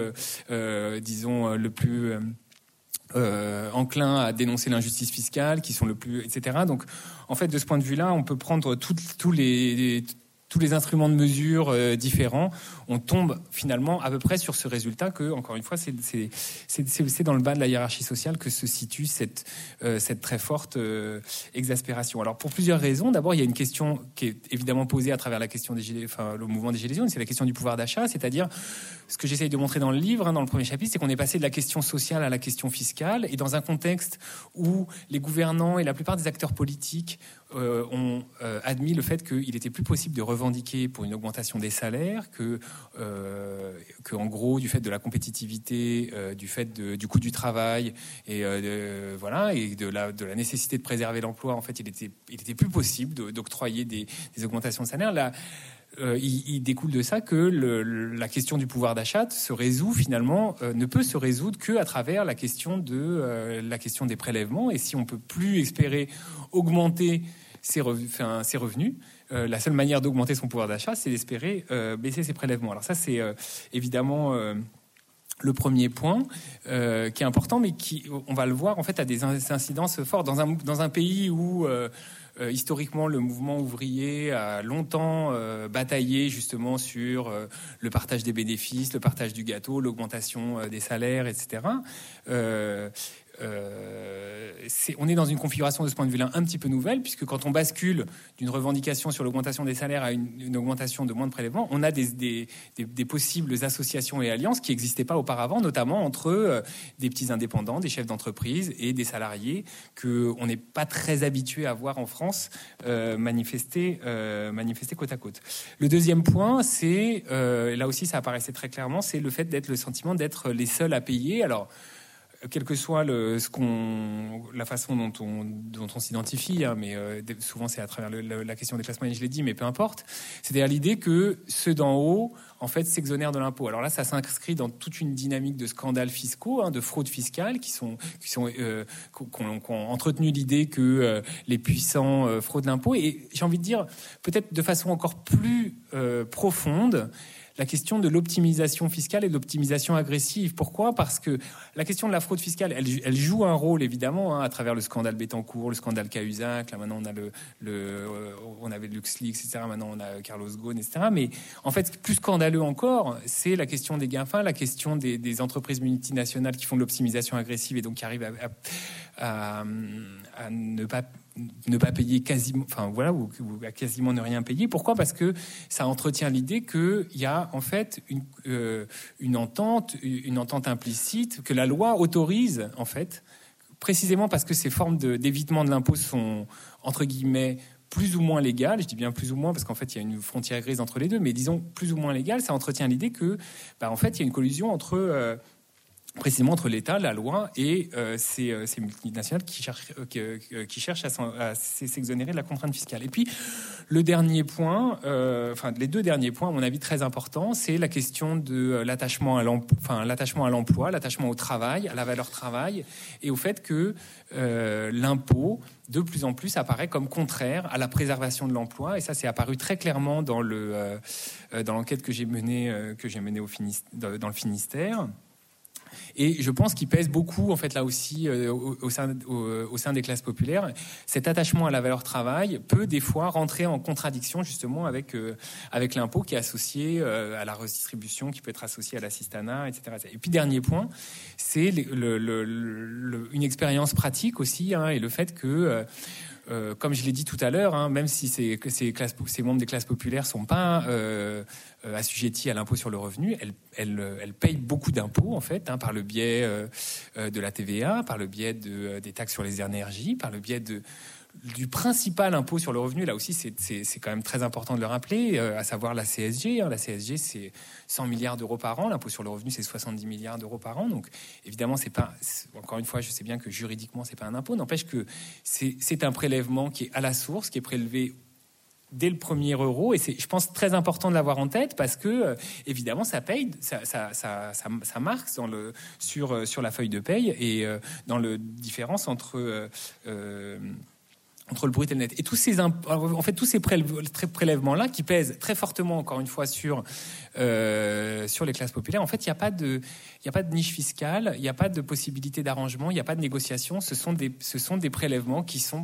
[SPEAKER 3] enclins à dénoncer l'injustice fiscale, qui sont le plus, etc. Donc, en fait, de ce point de vue-là, on peut prendre tous les instruments de mesure différents. On tombe finalement à peu près sur ce résultat que, encore une fois, c'est dans le bas de la hiérarchie sociale que se situe cette très forte exaspération. Alors, pour plusieurs raisons. D'abord, il y a une question qui est évidemment posée à travers le mouvement des Gilets jaunes, c'est la question du pouvoir d'achat, c'est-à-dire ce que j'essaye de montrer dans le livre, dans le premier chapitre, c'est qu'on est passé de la question sociale à la question fiscale, et dans un contexte où les gouvernants et la plupart des acteurs politiques ont admis le fait qu'il était plus possible de revendiquer pour une augmentation des salaires que en gros, du fait de la compétitivité, du fait du coût du travail et de la nécessité de préserver l'emploi, en fait, il était plus possible d'octroyer des augmentations de salaire. Là, il découle de ça que la question du pouvoir d'achat se résout finalement, ne peut se résoudre qu'à travers la question des prélèvements. Et si on peut plus espérer augmenter ses revenus, la seule manière d'augmenter son pouvoir d'achat, c'est d'espérer baisser ses prélèvements. Alors ça, c'est évidemment le premier point, qui est important, mais qui, on va le voir, en fait, a des incidences fortes. Dans un pays où, historiquement, le mouvement ouvrier a longtemps bataillé justement sur le partage des bénéfices, le partage du gâteau, l'augmentation des salaires, etc. On est dans une configuration de ce point de vue-là un petit peu nouvelle, puisque quand on bascule d'une revendication sur l'augmentation des salaires à une augmentation de moins de prélèvements, on a des possibles associations et alliances qui n'existaient pas auparavant, notamment entre des petits indépendants, des chefs d'entreprise et des salariés qu'on n'est pas très habitué à voir en France manifester côte à côte. Le deuxième point, c'est, là aussi ça apparaissait très clairement, c'est le fait le sentiment d'être les seuls à payer. Alors, quelle que soit la façon dont on s'identifie, hein, mais souvent c'est à travers la question des classes moyennes, je l'ai dit, mais peu importe. C'est-à-dire l'idée que ceux d'en haut, en fait, s'exonèrent de l'impôt. Alors là, ça s'inscrit dans toute une dynamique de scandales fiscaux, hein, de fraude fiscale, qui ont entretenu l'idée que les puissants fraudent l'impôt. Et j'ai envie de dire, peut-être de façon encore plus profonde, la question de l'optimisation fiscale et de l'optimisation agressive. Pourquoi ? Parce que la question de la fraude fiscale, elle joue un rôle, évidemment, hein, à travers le scandale Bettencourt, le scandale Cahuzac. Là, maintenant, on a on avait LuxLeaks, etc. Maintenant, on a Carlos Ghosn, etc. Mais en fait, plus scandaleux encore, c'est la question des GAFA, la question des entreprises multinationales qui font de l'optimisation agressive et donc qui arrivent à ne pas payer quasiment, enfin voilà, ou à quasiment ne rien payer. Pourquoi ? Parce que ça entretient l'idée qu'il y a en fait une entente implicite que la loi autorise en fait, précisément parce que ces formes d'évitement de l'impôt sont entre guillemets plus ou moins légales. Je dis bien plus ou moins parce qu'en fait il y a une frontière grise entre les deux, mais disons plus ou moins légales. Ça entretient l'idée que, en fait, il y a une collusion précisément entre l'État, la loi et ces multinationales qui cherchent à s'exonérer de la contrainte fiscale. Et puis, le dernier point, les deux derniers points, à mon avis, très importants, c'est la question de l'attachement à l'emploi, l'attachement au travail, à la valeur travail, et au fait que l'impôt, de plus en plus, apparaît comme contraire à la préservation de l'emploi. Et ça, c'est apparu très clairement dans l'enquête que j'ai menée dans le Finistère. Et je pense qu'il pèse beaucoup, en fait, là aussi, au sein des classes populaires. Cet attachement à la valeur travail peut des fois rentrer en contradiction justement avec l'impôt qui est associé à la redistribution, qui peut être associé à l'assistanat, etc. Et puis dernier point, c'est une expérience pratique aussi, hein, et le fait que comme je l'ai dit tout à l'heure, hein, même si ces membres des classes populaires sont pas assujettis à l'impôt sur le revenu, elles payent beaucoup d'impôts en fait, hein, par le biais de la TVA, par le biais des taxes sur les énergies, par le biais du principal impôt sur le revenu. Là aussi, c'est quand même très important de le rappeler, à savoir la CSG. Hein. La CSG, c'est 100 milliards d'euros par an. L'impôt sur le revenu, c'est 70 milliards d'euros par an. Donc, évidemment, encore une fois, je sais bien que juridiquement, c'est pas un impôt. N'empêche que c'est un prélèvement qui est à la source, qui est prélevé dès le premier euro. Et c'est, je pense, très important de l'avoir en tête parce que, évidemment, ça paye, ça marque sur la feuille de paye et dans le différence entre le brut et le net. Et tous ces prélèvements-là qui pèsent très fortement, encore une fois, sur les classes populaires, en fait, il n'y a pas de niche fiscale, il n'y a pas de possibilité d'arrangement, il n'y a pas de négociation. Ce sont des prélèvements qui sont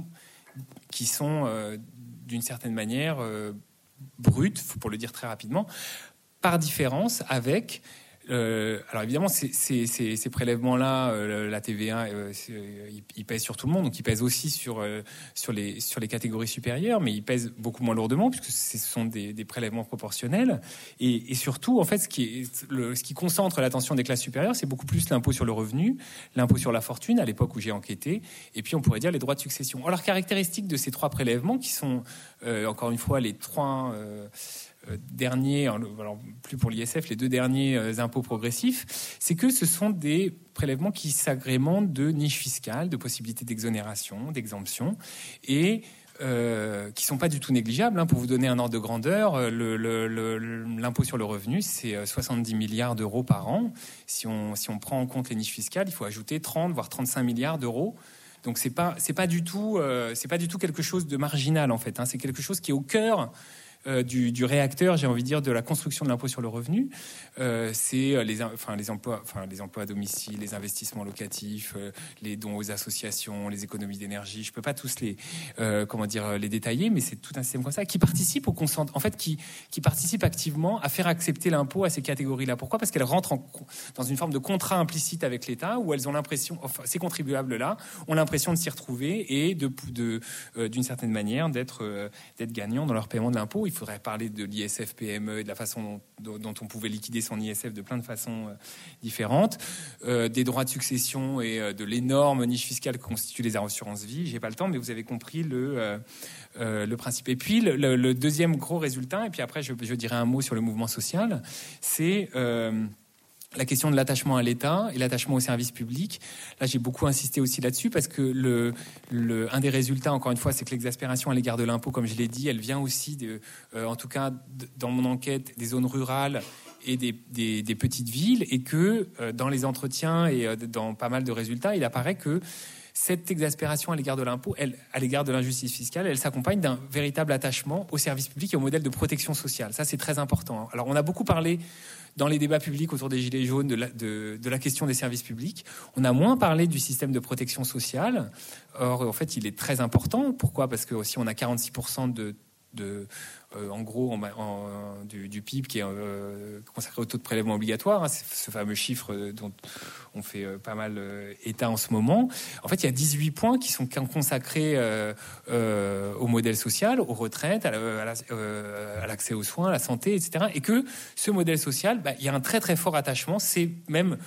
[SPEAKER 3] d'une certaine manière bruts, pour le dire très rapidement, par différence avec... alors évidemment, ces prélèvements-là, la TVA, ils pèsent sur tout le monde, donc ils pèsent aussi sur les catégories supérieures, mais ils pèsent beaucoup moins lourdement puisque ce sont des prélèvements proportionnels. Et surtout, en fait, ce qui concentre l'attention des classes supérieures, c'est beaucoup plus l'impôt sur le revenu, l'impôt sur la fortune, à l'époque où j'ai enquêté, et puis on pourrait dire les droits de succession. Alors, caractéristique de ces trois prélèvements, qui sont encore une fois les trois derniers, alors plus pour l'ISF, les deux derniers impôts progressifs, c'est que ce sont des prélèvements qui s'agrémentent de niches fiscales, de possibilités d'exonération, d'exemption, et qui sont pas du tout négligeables. Hein. Pour vous donner un ordre de grandeur, l'impôt sur le revenu, c'est 70 milliards d'euros par an. Si on prend en compte les niches fiscales, il faut ajouter 30 voire 35 milliards d'euros. Donc c'est pas du tout quelque chose de marginal en fait. Hein. C'est quelque chose qui est au cœur du réacteur, j'ai envie de dire, de la construction de l'impôt sur le revenu. C'est les emplois à domicile, les investissements locatifs, les dons aux associations, les économies d'énergie. Je peux pas tous les détailler, mais c'est tout un système comme ça qui participe qui participe activement à faire accepter l'impôt à ces catégories-là. Pourquoi ? Parce qu'elles rentrent dans une forme de contrat implicite avec l'État où elles ont l'impression, ces contribuables-là ont l'impression de s'y retrouver et d'une certaine manière d'être gagnants dans leur paiement de l'impôt. Il faudrait parler de l'ISF PME et de la façon dont on pouvait liquider son ISF de plein de façons différentes, des droits de succession et de l'énorme niche fiscale que constituent les assurances vie. J'ai pas le temps, mais vous avez compris le principe. Et puis le deuxième gros résultat, et puis après je dirais un mot sur le mouvement social, c'est la question de l'attachement à l'État et l'attachement au service public. Là, j'ai beaucoup insisté aussi là-dessus parce que un des résultats, encore une fois, c'est que l'exaspération à l'égard de l'impôt, comme je l'ai dit, elle vient aussi, en tout cas dans mon enquête, des zones rurales et des petites villes, et que dans les entretiens et dans pas mal de résultats, il apparaît que cette exaspération à l'égard de l'impôt, à l'égard de l'injustice fiscale, elle s'accompagne d'un véritable attachement au service public et au modèle de protection sociale. Ça, c'est très important. Alors, on a beaucoup parlé dans les débats publics autour des Gilets jaunes de la question des services publics. On a moins parlé du système de protection sociale. Or, en fait, il est très important. Pourquoi ? Parce que aussi, on a 46% en gros du PIB qui est consacré au taux de prélèvement obligatoire, hein, c'est ce fameux chiffre dont on fait pas mal état en ce moment. En fait, il y a 18 points qui sont consacrés au modèle social, aux retraites, à l'accès aux soins, à la santé, etc. Et que ce modèle social, il y a un très très fort attachement. C'est même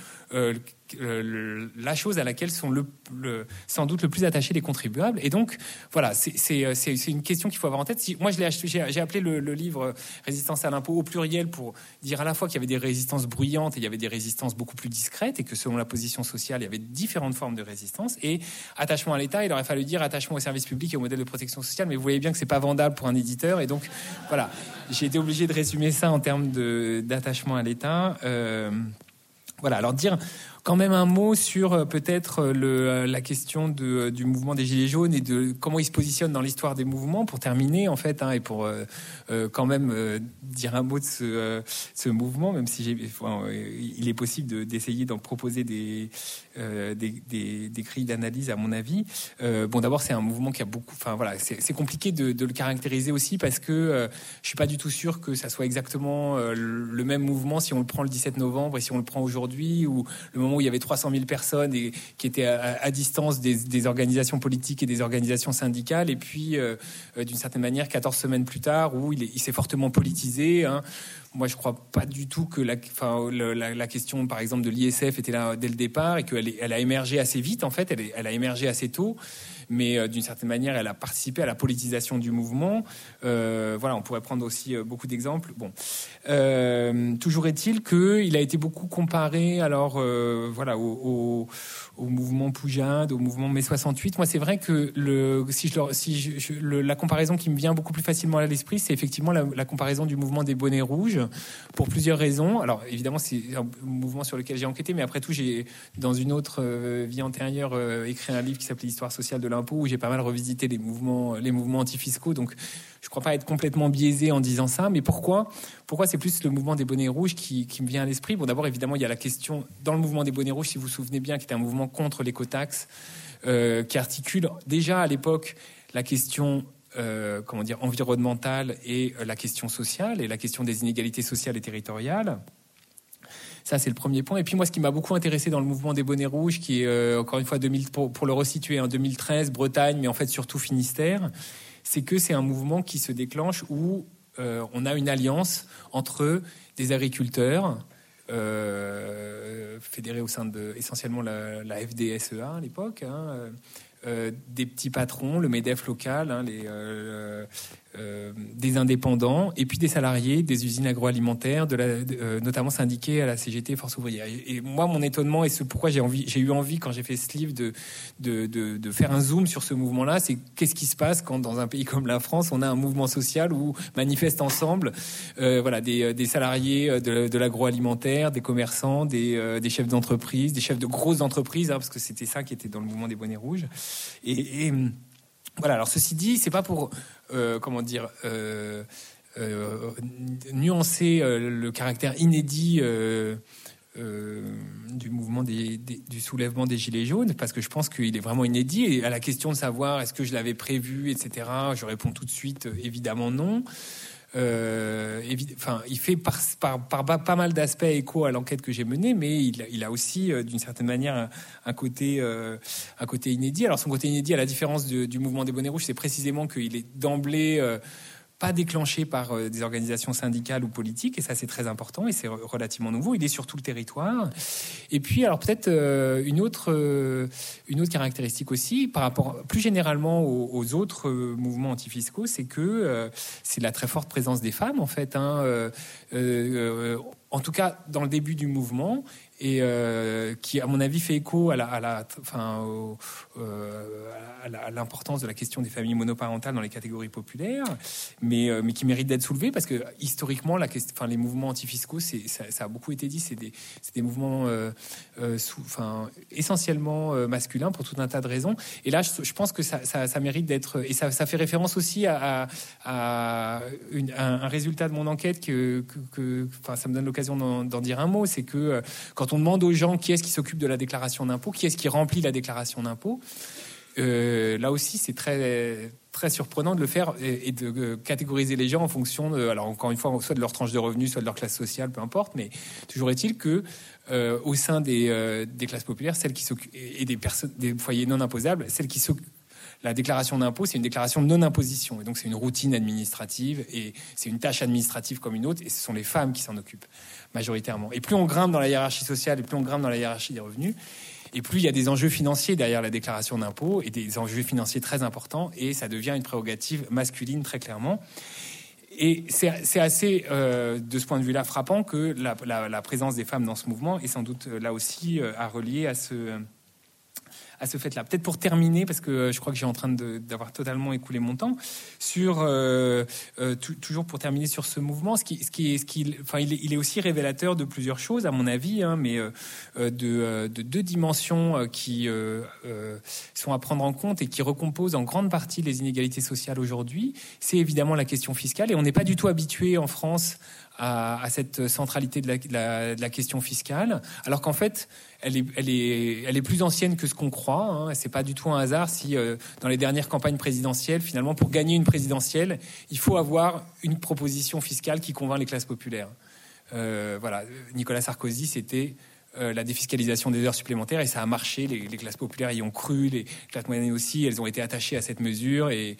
[SPEAKER 3] la chose à laquelle sont sans doute le plus attachés les contribuables. Et donc, voilà, c'est une question qu'il faut avoir en tête. Moi, j'ai appelé le livre Résistance à l'impôt au pluriel pour dire à la fois qu'il y avait des résistances bruyantes et il y avait des résistances beaucoup plus discrètes, et que selon la position sociale, il y avait différentes formes de résistance. Et attachement à l'État, il aurait fallu dire attachement au service public et au modèle de protection sociale, mais vous voyez bien que c'est pas vendable pour un éditeur. Et donc, voilà, j'ai été obligé de résumer ça en termes d'attachement à l'État. Voilà, alors dire quand même un mot sur peut-être la question du mouvement des Gilets jaunes et de comment il se positionne dans l'histoire des mouvements, pour terminer en fait, hein, et pour quand même dire un mot de ce mouvement, même si il est possible d'essayer d'en proposer des grilles d'analyse à mon avis. Bon, d'abord c'est un mouvement qui a beaucoup, enfin voilà, c'est compliqué de le caractériser aussi parce que je suis pas du tout sûr que ça soit exactement le même mouvement si on le prend le 17 novembre et si on le prend aujourd'hui, ou le moment où il y avait 300 000 personnes et qui étaient à distance des organisations politiques et des organisations syndicales, et puis d'une certaine manière 14 semaines plus tard où il s'est fortement politisé, hein. Moi, je crois pas du tout que la question, par exemple, de l'ISF était là dès le départ et qu'elle a émergé assez vite. En fait, elle a émergé assez tôt, mais d'une certaine manière, elle a participé à la politisation du mouvement. Voilà, on pourrait prendre aussi beaucoup d'exemples. Bon, toujours est-il qu'il a été beaucoup comparé, alors voilà, au mouvement Poujade, au mouvement mai 68. Moi, c'est vrai que la comparaison qui me vient beaucoup plus facilement à l'esprit, c'est effectivement la comparaison du mouvement des bonnets rouges, pour plusieurs raisons. Alors, évidemment, c'est un mouvement sur lequel j'ai enquêté, mais après tout, j'ai, dans une autre vie antérieure, écrit un livre qui s'appelait Histoire sociale de l'impôt, où j'ai pas mal revisité les mouvements antifiscaux. Donc, je ne crois pas être complètement biaisé en disant ça. Mais pourquoi c'est plus le mouvement des bonnets rouges qui me vient à l'esprit? Bon, d'abord, évidemment, il y a la question, dans le mouvement des bonnets rouges, si vous vous souvenez bien, qui était un mouvement contre l'écotaxe, qui articule déjà à l'époque la question environnementale et la question sociale et la question des inégalités sociales et territoriales. Ça, c'est le premier point. Et puis moi, ce qui m'a beaucoup intéressé dans le mouvement des bonnets rouges, qui est encore une fois pour le resituer en 2013, Bretagne, mais en fait surtout Finistère, c'est que c'est un mouvement qui se déclenche où on a une alliance entre des agriculteurs fédérés au sein de essentiellement la FDSEA à l'époque, hein, des petits patrons, le MEDEF local, hein, des indépendants, et puis des salariés des usines agroalimentaires, notamment syndiqués à la CGT Force ouvrière. Et moi, mon étonnement, et c'est pourquoi j'ai eu envie, quand j'ai fait ce livre, de faire un zoom sur ce mouvement-là, c'est qu'est-ce qui se passe quand, dans un pays comme la France, on a un mouvement social où manifestent ensemble des salariés de l'agroalimentaire, des commerçants, des chefs d'entreprise, des chefs de grosses entreprises, hein, parce que c'était ça qui était dans le mouvement des bonnets rouges. Et voilà, alors ceci dit, c'est pas pour nuancer le caractère inédit du mouvement du soulèvement des Gilets jaunes, parce que je pense qu'il est vraiment inédit. Et à la question de savoir est-ce que je l'avais prévu, etc., je réponds tout de suite évidemment non. Il fait par pas mal d'aspects écho à l'enquête que j'ai menée, mais il a aussi d'une certaine manière un côté inédit. Alors son côté inédit, à la différence du mouvement des bonnets rouges, c'est précisément qu'il est d'emblée pas déclenché par des organisations syndicales ou politiques, et ça c'est très important et c'est relativement nouveau. Il est sur tout le territoire. Et puis alors peut-être une autre caractéristique aussi par rapport plus généralement aux autres mouvements antifiscaux, c'est que c'est la très forte présence des femmes en fait, en tout cas dans le début du mouvement, et qui à mon avis fait écho à l'importance de la question des familles monoparentales dans les catégories populaires, mais qui mérite d'être soulevée parce que historiquement les mouvements antifiscaux, ça a beaucoup été dit, c'est des mouvements essentiellement masculins pour tout un tas de raisons, et là je pense que ça mérite d'être, et ça fait référence aussi à un résultat de mon enquête que ça me donne l'occasion d'en dire un mot, c'est que quand on demande aux gens qui est-ce qui s'occupe de la déclaration d'impôt, qui est-ce qui remplit la déclaration d'impôt, là aussi c'est très, très surprenant de le faire et de catégoriser les gens en fonction de, alors encore une fois, soit de leur tranche de revenus, soit de leur classe sociale, peu importe, mais toujours est-il que au sein des classes populaires, celles qui s'occupent, et des foyers non imposables, celles qui s'occupent, la déclaration d'impôt, c'est une déclaration de non-imposition. Et donc, c'est une routine administrative et c'est une tâche administrative comme une autre. Et ce sont les femmes qui s'en occupent majoritairement. Et plus on grimpe dans la hiérarchie sociale et plus on grimpe dans la hiérarchie des revenus, et plus il y a des enjeux financiers derrière la déclaration d'impôt et des enjeux financiers très importants. Et ça devient une prérogative masculine très clairement. Et c'est assez, de ce point de vue-là, frappant que la présence des femmes dans ce mouvement est sans doute là aussi à relier à ce fait-là. Peut-être pour terminer, parce que je crois que j'ai en train d'avoir totalement écoulé mon temps, toujours pour terminer sur ce mouvement, il est aussi révélateur de plusieurs choses, à mon avis, mais de deux dimensions qui sont à prendre en compte et qui recomposent en grande partie les inégalités sociales aujourd'hui. C'est évidemment la question fiscale, et on n'est pas du tout habitué en France à cette centralité de la question fiscale, alors qu'en fait, elle est plus ancienne que ce qu'on croit. C'est pas du tout un hasard si dans les dernières campagnes présidentielles, finalement, pour gagner une présidentielle, il faut avoir une proposition fiscale qui convainc les classes populaires. Nicolas Sarkozy, c'était la défiscalisation des heures supplémentaires, et ça a marché. Les classes populaires y ont cru, les classes moyennes aussi. Elles ont été attachées à cette mesure et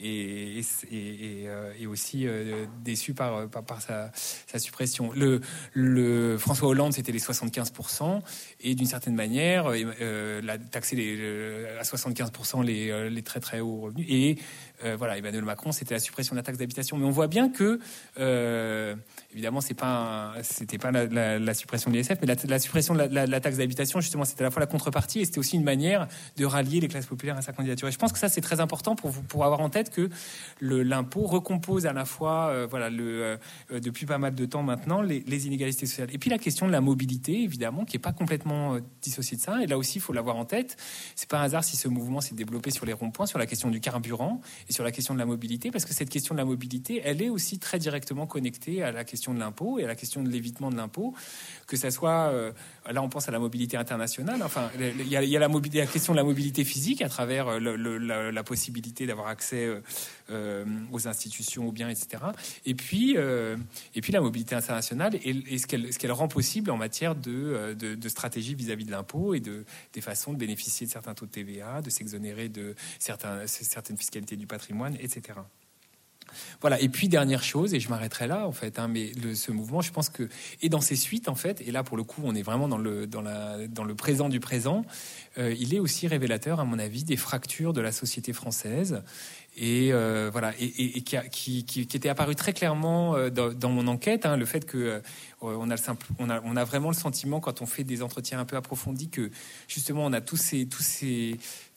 [SPEAKER 3] aussi déçu par sa suppression. Le François Hollande, c'était les 75%, et d'une certaine manière, taxer à 75% les très très hauts revenus. Et Emmanuel Macron, c'était la suppression de la taxe d'habitation. Mais on voit bien que, évidemment, c'était pas la suppression de l'ISF, mais la suppression de la taxe d'habitation, justement, c'était à la fois la contrepartie, et c'était aussi une manière de rallier les classes populaires à sa candidature. Et je pense que ça, c'est très important pour avoir en tête que l'impôt recompose à la fois, depuis pas mal de temps maintenant, les inégalités sociales. Et puis la question de la mobilité, évidemment, qui est pas complètement dissociée de ça. Et là aussi, il faut l'avoir en tête. C'est pas un hasard si ce mouvement s'est développé sur les ronds-points, sur la question du carburant et sur la question de la mobilité, parce que cette question de la mobilité, elle est aussi très directement connectée à la question de l'impôt et à la question de l'évitement de l'impôt, que ça soit, là on pense à la mobilité internationale, enfin il y a la question de la mobilité physique à travers la possibilité d'avoir accès aux institutions, aux biens, etc. Et puis la mobilité internationale et ce qu'elle rend possible en matière de stratégie vis-à-vis de l'impôt et des façons de bénéficier de certains taux de TVA, de s'exonérer de certaines fiscalités du patrimoine, etc. Voilà. Et puis dernière chose, et je m'arrêterai là en fait, mais ce mouvement, je pense que et dans ses suites en fait, et là pour le coup, on est vraiment dans le présent du présent. Il est aussi révélateur, à mon avis, des fractures de la société française. Et qui était apparu très clairement dans mon enquête, le fait que on a vraiment le sentiment, quand on fait des entretiens un peu approfondis, que justement on a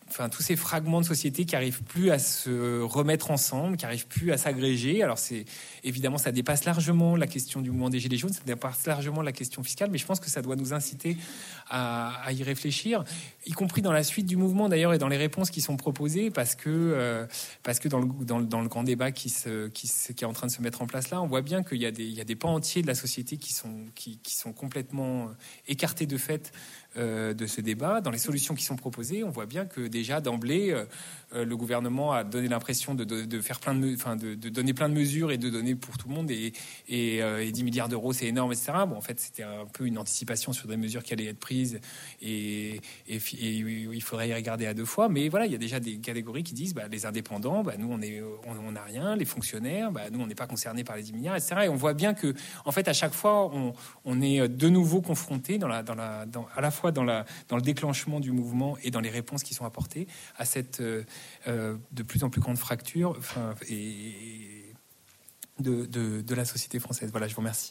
[SPEAKER 3] tous ces fragments de société qui arrivent plus à se remettre ensemble, qui arrivent plus à s'agréger. Alors évidemment, ça dépasse largement la question du mouvement des Gilets jaunes, ça dépasse largement la question fiscale, mais je pense que ça doit nous inciter à y réfléchir, y compris dans la suite du mouvement d'ailleurs et dans les réponses qui sont proposées, parce que dans le grand débat qui est en train de se mettre en place là, on voit bien qu'il y a des pans entiers de la société qui sont complètement écartés de fait de ce débat. Dans les solutions qui sont proposées, on voit bien que déjà d'emblée, le gouvernement a donné l'impression de faire de donner plein de mesures et de donner pour tout le monde et 10 milliards d'euros, c'est énorme, etc. Bon, en fait, c'était un peu une anticipation sur des mesures qui allaient être prises et il faudrait y regarder à deux fois. Mais voilà, il y a déjà des catégories qui disent les indépendants, nous on n'a rien, les fonctionnaires, nous on n'est pas concernés par les 10 milliards, etc. Et on voit bien que en fait à chaque fois on est de nouveau confronté à la fois dans le déclenchement du mouvement et dans les réponses qui sont apportées à cette de plus en plus grande fracture de la société française. Voilà, je vous remercie.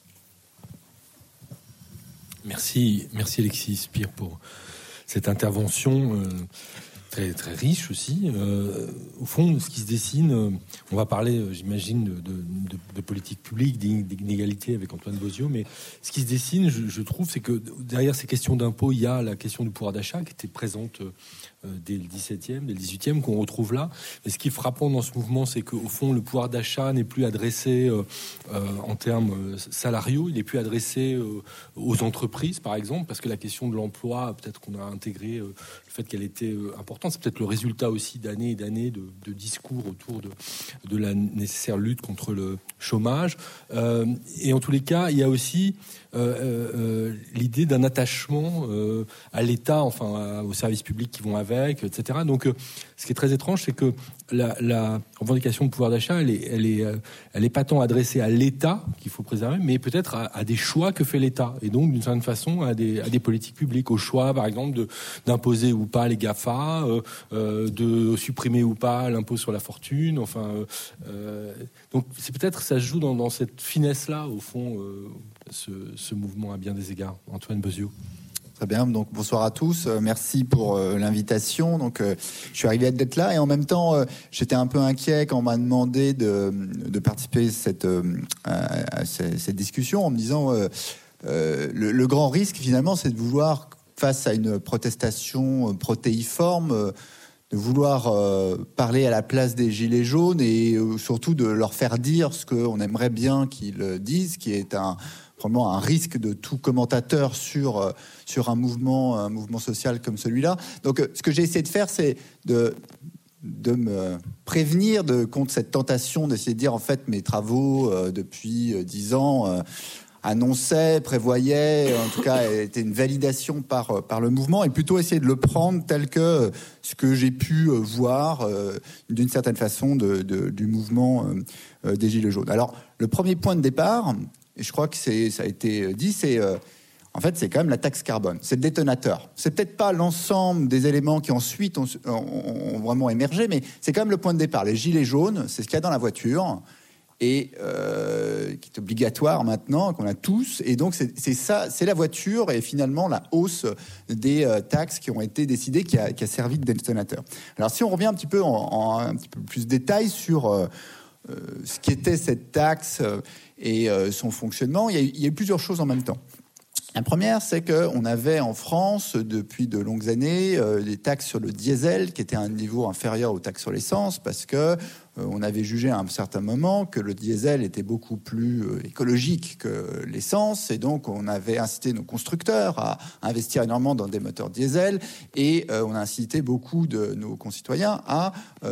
[SPEAKER 1] Merci Alexis Spire pour cette intervention très, très riche aussi. Au fond, ce qui se dessine, on va parler, j'imagine, de politique publique, d'inégalité avec Antoine Bozio, mais ce qui se dessine, je trouve, c'est que derrière ces questions d'impôts, il y a la question du pouvoir d'achat qui était présente dès le 17e, dès le 18e, qu'on retrouve là. Mais ce qui est frappant dans ce mouvement, c'est qu'au fond, le pouvoir d'achat n'est plus adressé en termes salariaux, il n'est plus adressé aux entreprises, par exemple, parce que la question de l'emploi, peut-être qu'on a intégré le fait qu'elle était importante, c'est peut-être le résultat aussi d'années et d'années de discours autour de la nécessaire lutte contre le chômage. Et en tous les cas, il y a aussi l'idée d'un attachement à l'État, aux services publics qui vont avec, etc. Donc, ce qui est très étrange, c'est que la revendication de pouvoir d'achat, elle est pas tant adressée à l'État qu'il faut préserver, mais peut-être à des choix que fait l'État, et donc d'une certaine façon à des politiques publiques, au choix, par exemple, d'imposer ou pas les GAFA, de supprimer ou pas l'impôt sur la fortune. Donc c'est peut-être ça se joue dans cette finesse-là, au fond, ce mouvement à bien des égards. Antoine Bozio.
[SPEAKER 4] Très bien, donc bonsoir à tous, merci pour l'invitation. Donc je suis arrivé d'être là et en même temps j'étais un peu inquiet quand on m'a demandé de participer à cette discussion en me disant le grand risque finalement c'est de vouloir, face à une protestation protéiforme, de vouloir parler à la place des Gilets jaunes et surtout de leur faire dire ce qu'on aimerait bien qu'ils disent, qui est vraiment un risque de tout commentateur sur un mouvement social comme celui-là. Donc, ce que j'ai essayé de faire, c'est de me prévenir contre cette tentation d'essayer de dire, en fait, mes travaux depuis 10 ans annonçaient, prévoyaient, en tout cas, étaient une validation par le mouvement, et plutôt essayer de le prendre tel que ce que j'ai pu voir d'une certaine façon du mouvement des Gilets jaunes. Alors, le premier point de départ, et je crois que ça a été dit, c'est en fait, c'est quand même la taxe carbone. C'est le détonateur. C'est peut-être pas l'ensemble des éléments qui ensuite ont vraiment émergé, mais c'est quand même le point de départ. Les gilets jaunes, c'est ce qu'il y a dans la voiture et qui est obligatoire maintenant, qu'on a tous. Et donc, c'est ça, c'est la voiture et finalement la hausse des taxes qui ont été décidées qui a servi de détonateur. Alors, si on revient un petit peu en un petit peu plus de détails sur ce qu'était cette taxe et son fonctionnement, il y a eu plusieurs choses en même temps. La première, c'est qu'on avait en France, depuis de longues années, des taxes sur le diesel qui étaient à un niveau inférieur aux taxes sur l'essence, parce que on avait jugé à un certain moment que le diesel était beaucoup plus écologique que l'essence, et donc on avait incité nos constructeurs à investir énormément dans des moteurs diesel, et on a incité beaucoup de nos concitoyens à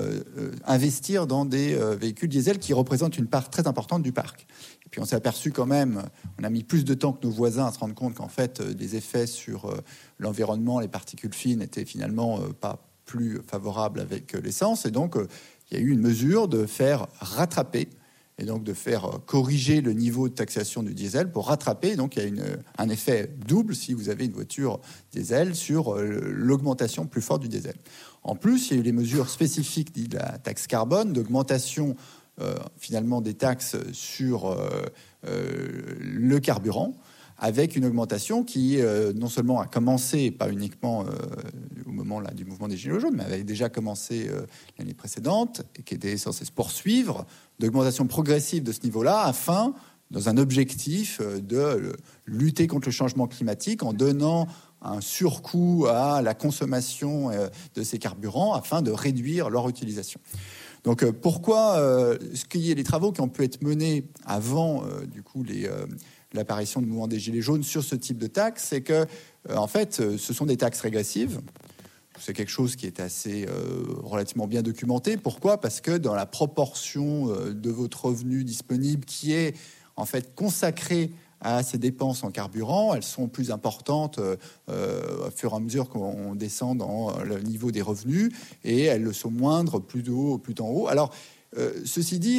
[SPEAKER 4] investir dans des véhicules diesel qui représentent une part très importante du parc. Et puis on s'est aperçu quand même, on a mis plus de temps que nos voisins à se rendre compte qu'en fait les effets sur l'environnement, les particules fines étaient finalement pas plus favorables avec l'essence, et donc il y a eu une mesure de faire rattraper et donc de faire corriger le niveau de taxation du diesel pour rattraper. Donc il y a un effet double si vous avez une voiture diesel sur l'augmentation plus forte du diesel. En plus, il y a eu les mesures spécifiques de la taxe carbone, d'augmentation finalement des taxes sur le carburant, avec une augmentation qui non seulement a commencé, pas uniquement au moment là, du mouvement des Gilets jaunes, mais avait déjà commencé l'année précédente et qui était censée se poursuivre, d'augmentation progressive de ce niveau-là, afin, dans un objectif de lutter contre le changement climatique en donnant un surcoût à la consommation de ces carburants afin de réduire leur utilisation. Donc pourquoi ce qu'il y ait les travaux qui ont pu être menés avant du coup l'apparition du mouvement des Gilets jaunes sur ce type de taxes, c'est que en fait ce sont des taxes régressives. C'est quelque chose qui est assez relativement bien documenté. Pourquoi ? Parce que dans la proportion de votre revenu disponible qui est en fait consacrée à ces dépenses en carburant, elles sont plus importantes au fur et à mesure qu'on descend dans le niveau des revenus, et elles le sont moindres plus en haut. Alors, ceci dit,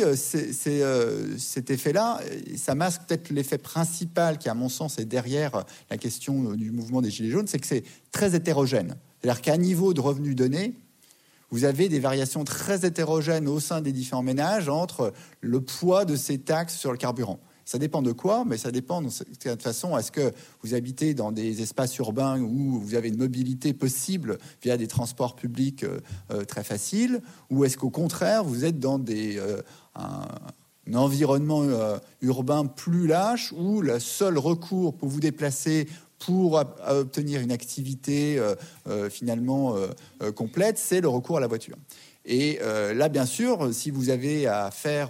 [SPEAKER 4] cet effet-là, ça masque peut-être l'effet principal qui, à mon sens, est derrière la question du mouvement des Gilets jaunes, c'est que c'est très hétérogène. C'est-à-dire qu'à un niveau de revenus donné, vous avez des variations très hétérogènes au sein des différents ménages entre le poids de ces taxes sur le carburant. Ça dépend de quoi, mais ça dépend de toute façon. Est-ce que vous habitez dans des espaces urbains où vous avez une mobilité possible via des transports publics très faciles, ou est-ce qu'au contraire, vous êtes dans un environnement urbain plus lâche où le seul recours pour vous déplacer pour obtenir une activité finalement complète, c'est le recours à la voiture. Et là, bien sûr, si vous avez à faire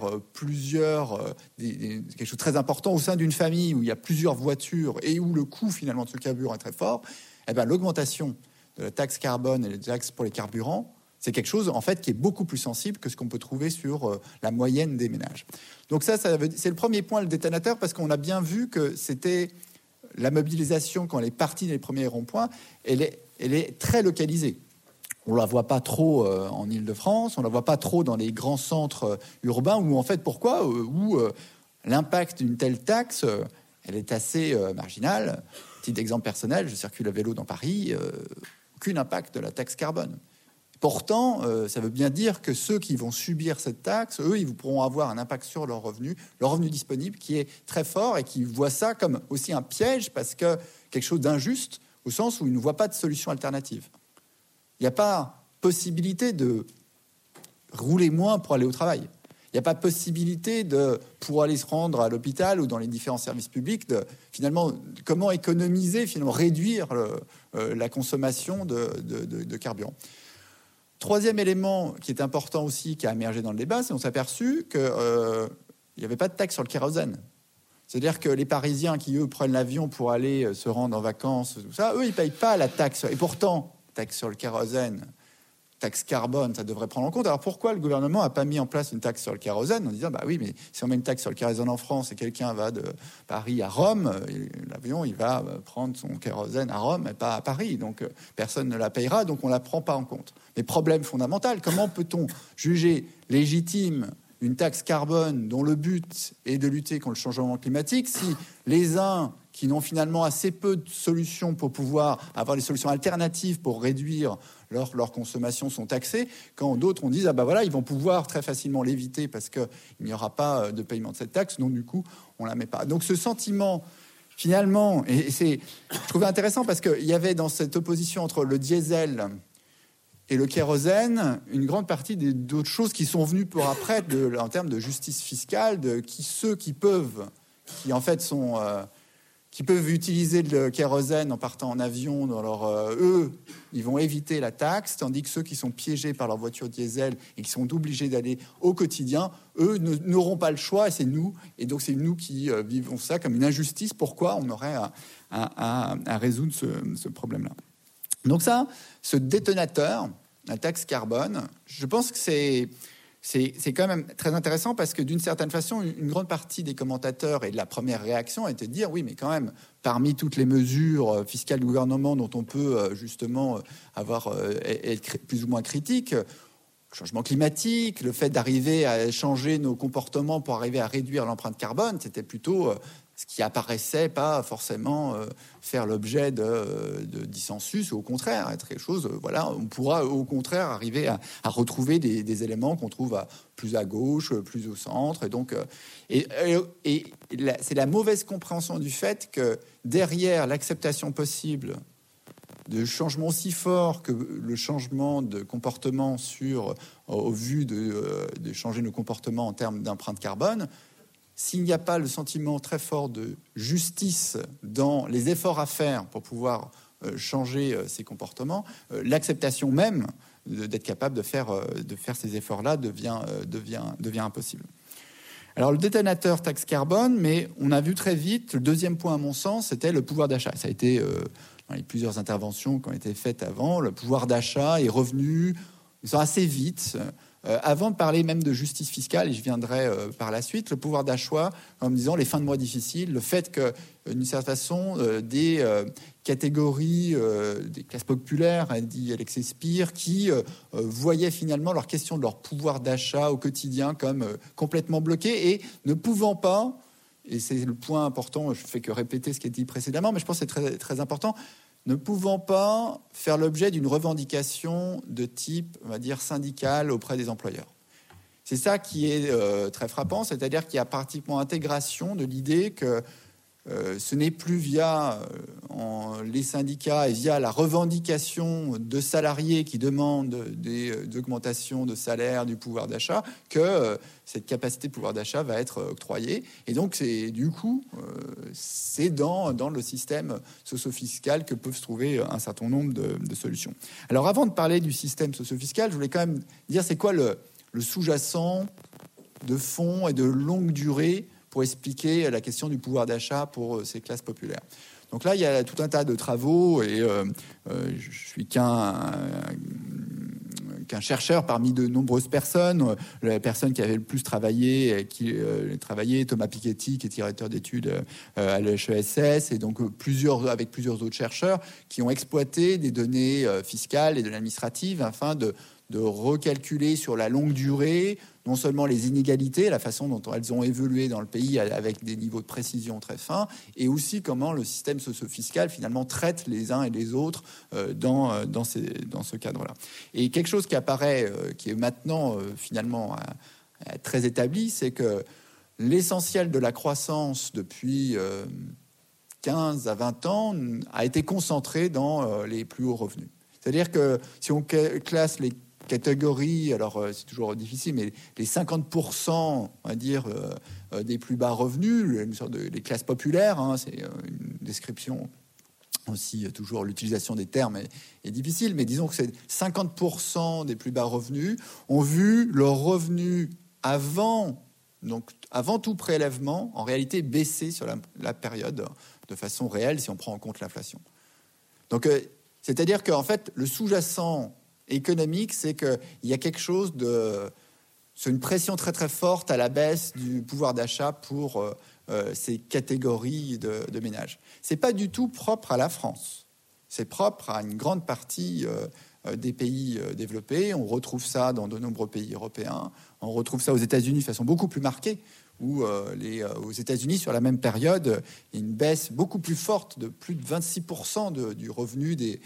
[SPEAKER 4] quelque chose de très important au sein d'une famille où il y a plusieurs voitures et où le coût finalement de ce carburant est très fort, eh ben, l'augmentation de la taxe carbone et des taxes pour les carburants, c'est quelque chose en fait qui est beaucoup plus sensible que ce qu'on peut trouver sur la moyenne des ménages. Donc c'est le premier point, le détonateur, parce qu'on a bien vu que c'était la mobilisation quand elle est partie des premiers ronds-points, elle est très localisée. On ne la voit pas trop en Île-de-France, on ne la voit pas trop dans les grands centres urbains où, en fait, pourquoi où l'impact d'une telle taxe, elle est assez marginale. Petit exemple personnel, je circule à vélo dans Paris, aucun impact de la taxe carbone. Pourtant, ça veut bien dire que ceux qui vont subir cette taxe, eux, ils pourront avoir un impact sur leur revenu disponible qui est très fort et qui voient ça comme aussi un piège parce que quelque chose d'injuste au sens où ils ne voient pas de solution alternative. Il n'y a pas possibilité de rouler moins pour aller au travail. Il n'y a pas possibilité pour aller se rendre à l'hôpital ou dans les différents services publics, finalement, comment économiser, finalement, réduire la consommation de carburant. Troisième élément qui est important aussi, qui a émergé dans le débat, c'est qu'on s'est aperçu qu'il n'y avait pas de taxe sur le kérosène. C'est-à-dire que les Parisiens qui, eux, prennent l'avion pour aller se rendre en vacances, tout ça, eux, ils ne payent pas la taxe. Et pourtant, taxe sur le kérosène, taxe carbone, ça devrait prendre en compte. Alors pourquoi le gouvernement n'a pas mis en place une taxe sur le kérosène en disant bah oui, mais si on met une taxe sur le kérosène en France et quelqu'un va de Paris à Rome, l'avion il va prendre son kérosène à Rome et pas à Paris, donc personne ne la payera, donc on la prend pas en compte. Mais problème fondamental, comment peut-on juger légitime une taxe carbone dont le but est de lutter contre le changement climatique si les uns qui n'ont finalement assez peu de solutions pour pouvoir avoir des solutions alternatives pour réduire leur consommation sont taxés, quand d'autres on dit ah bah voilà, ils vont pouvoir très facilement l'éviter parce qu'il n'y aura pas de paiement de cette taxe, donc du coup on la met pas. Donc ce sentiment finalement, et je trouvais intéressant parce qu'il y avait dans cette opposition entre le diesel et le kérosène une grande partie d'autres choses qui sont venues pour après en termes de justice fiscale, ceux qui peuvent, qui en fait sont qui peuvent utiliser le kérosène en partant en avion, eux, ils vont éviter la taxe, tandis que ceux qui sont piégés par leur voiture diesel et qui sont obligés d'aller au quotidien, eux n'auront pas le choix, et c'est nous. Et donc c'est nous qui vivons ça comme une injustice. Pourquoi on aurait à résoudre ce problème-là? Donc ça, ce détonateur, la taxe carbone, je pense que c'est quand même très intéressant parce que d'une certaine façon, une grande partie des commentateurs et de la première réaction était de dire oui, mais quand même, parmi toutes les mesures fiscales du gouvernement dont on peut justement être plus ou moins critique, changement climatique, le fait d'arriver à changer nos comportements pour arriver à réduire l'empreinte carbone, c'était plutôt ce qui apparaissait pas forcément faire l'objet de dissensus, ou au contraire être quelque chose. Voilà, on pourra au contraire arriver à retrouver des éléments qu'on trouve plus à gauche, plus au centre, et donc c'est la mauvaise compréhension du fait que derrière l'acceptation possible de changements aussi forts que le changement de comportement au vu de changer nos comportements en termes d'empreinte carbone, s'il n'y a pas le sentiment très fort de justice dans les efforts à faire pour pouvoir changer ces comportements, l'acceptation même d'être capable de faire ces efforts-là devient impossible. Alors, le détonateur taxe carbone, mais on a vu très vite, le deuxième point à mon sens, c'était le pouvoir d'achat. Ça a été dans les plusieurs interventions qui ont été faites avant, le pouvoir d'achat et revenus, ils sont assez vite. Avant de parler même de justice fiscale, et je viendrai par la suite, le pouvoir d'achat, en me disant les fins de mois difficiles, le fait que, d'une certaine façon, des catégories, des classes populaires, a dit Alexis Spire, qui voyaient finalement leur question de leur pouvoir d'achat au quotidien comme complètement bloquée et ne pouvant pas, et c'est le point important, je ne fais que répéter ce qui a été dit précédemment, mais je pense que c'est très, très important, ne pouvant pas faire l'objet d'une revendication de type, on va dire, syndical auprès des employeurs. C'est ça qui est très frappant, c'est-à-dire qu'il y a pratiquement intégration de l'idée que ce n'est plus via les syndicats et via la revendication de salariés qui demandent des augmentations de salaire, du pouvoir d'achat, que cette capacité de pouvoir d'achat va être octroyée. Et donc, c'est dans le système socio-fiscal que peuvent se trouver un certain nombre de solutions. Alors, avant de parler du système socio-fiscal, je voulais quand même dire c'est quoi le sous-jacent de fond et de longue durée pour expliquer la question du pouvoir d'achat pour ces classes populaires. Donc là, il y a tout un tas de travaux, et je suis qu'un chercheur parmi de nombreuses personnes. La personne qui avait le plus travaillé, Thomas Piketty, qui est directeur d'études à l'HESS, et donc avec plusieurs autres chercheurs qui ont exploité des données fiscales et de l'administrative afin de recalculer sur la longue durée non seulement les inégalités, la façon dont elles ont évolué dans le pays avec des niveaux de précision très fins, et aussi comment le système socio-fiscal finalement traite les uns et les autres dans ce cadre-là. Et quelque chose qui apparaît, qui est maintenant finalement très établi, c'est que l'essentiel de la croissance depuis 15 à 20 ans a été concentré dans les plus hauts revenus. C'est-à-dire que si on classe les catégories, alors c'est toujours difficile, mais les 50%, on va dire, des plus bas revenus, une sorte les classes populaires, c'est une description aussi, toujours l'utilisation des termes est difficile, mais disons que c'est 50% des plus bas revenus ont vu leurs revenus avant tout prélèvement, en réalité, baisser sur la période de façon réelle si on prend en compte l'inflation. Donc, c'est-à-dire qu'en fait, le sous-jacent économique, c'est qu'il y a quelque chose c'est une pression très très forte à la baisse du pouvoir d'achat pour ces catégories de ménages. C'est pas du tout propre à la France. C'est propre à une grande partie des pays développés. On retrouve ça dans de nombreux pays européens. On retrouve ça aux États-Unis de façon beaucoup plus marquée, où aux États-Unis, sur la même période, il y a une baisse beaucoup plus forte de plus de 26% du revenu des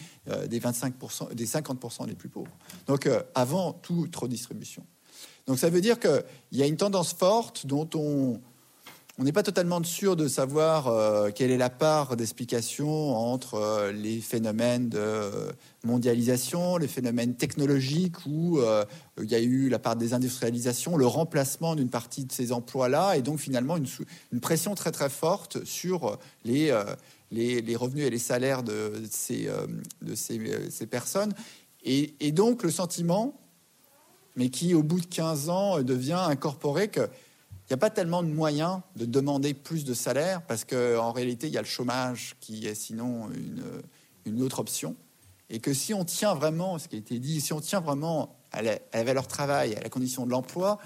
[SPEAKER 4] 25%, des 50% les plus pauvres. Donc, avant toute redistribution. Donc, ça veut dire qu'il y a une tendance forte dont on n'est pas totalement sûr de savoir quelle est la part d'explication entre les phénomènes de mondialisation, les phénomènes technologiques où il y a eu la part des industrialisations, le remplacement d'une partie de ces emplois-là, et donc finalement une pression très très forte sur les revenus et les salaires de ces personnes. Et donc le sentiment, mais qui au bout de 15 ans devient incorporé, que il n'y a pas tellement de moyens de demander plus de salaire, parce qu'en réalité, il y a le chômage qui est sinon une autre option. Et que si on tient vraiment, ce qui a été dit, si on tient vraiment à la valeur travail, à la condition de l'emploi,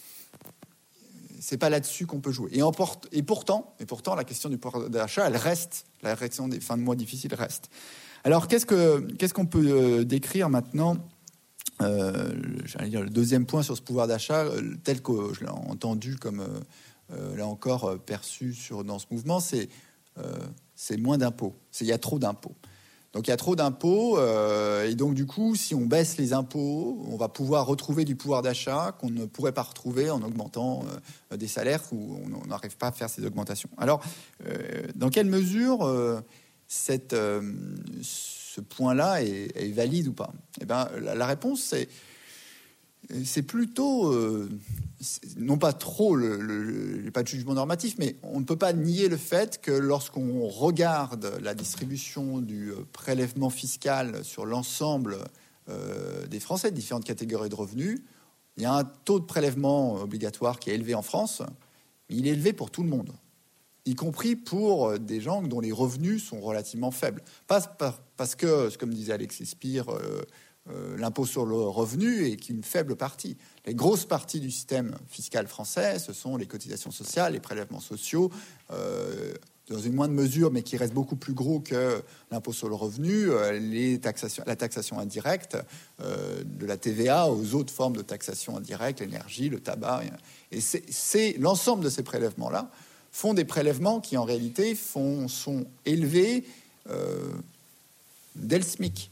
[SPEAKER 4] c'est pas là-dessus qu'on peut jouer. Et pourtant, la question du pouvoir d'achat, elle reste. La question des fins de mois difficiles reste. Alors, qu'est-ce qu'on peut décrire maintenant j'allais dire le deuxième point sur ce pouvoir d'achat, tel que je l'ai entendu comme là encore perçu dans ce mouvement, c'est moins d'impôts. Il y a trop d'impôts. Donc il y a trop d'impôts et donc du coup, si on baisse les impôts, on va pouvoir retrouver du pouvoir d'achat qu'on ne pourrait pas retrouver en augmentant des salaires où on n'arrive pas à faire ces augmentations. Alors, dans quelle mesure ce point-là est valide ou pas ? Eh ben, la réponse, c'est plutôt, non pas trop, pas de jugement normatif, mais on ne peut pas nier le fait que lorsqu'on regarde la distribution du prélèvement fiscal sur l'ensemble des Français, de différentes catégories de revenus, il y a un taux de prélèvement obligatoire qui est élevé en France, mais il est élevé pour tout le monde, y compris pour des gens dont les revenus sont relativement faibles. Parce que, comme disait Alexis Spire, l'impôt sur le revenu est qu'une faible partie. Les grosses parties du système fiscal français, ce sont les cotisations sociales, les prélèvements sociaux, dans une moindre mesure, mais qui reste beaucoup plus gros que l'impôt sur le revenu, la taxation indirecte, de la TVA aux autres formes de taxation indirecte, l'énergie, le tabac. Et c'est l'ensemble de ces prélèvements-là font des prélèvements qui, en réalité, sont élevés dès le SMIC.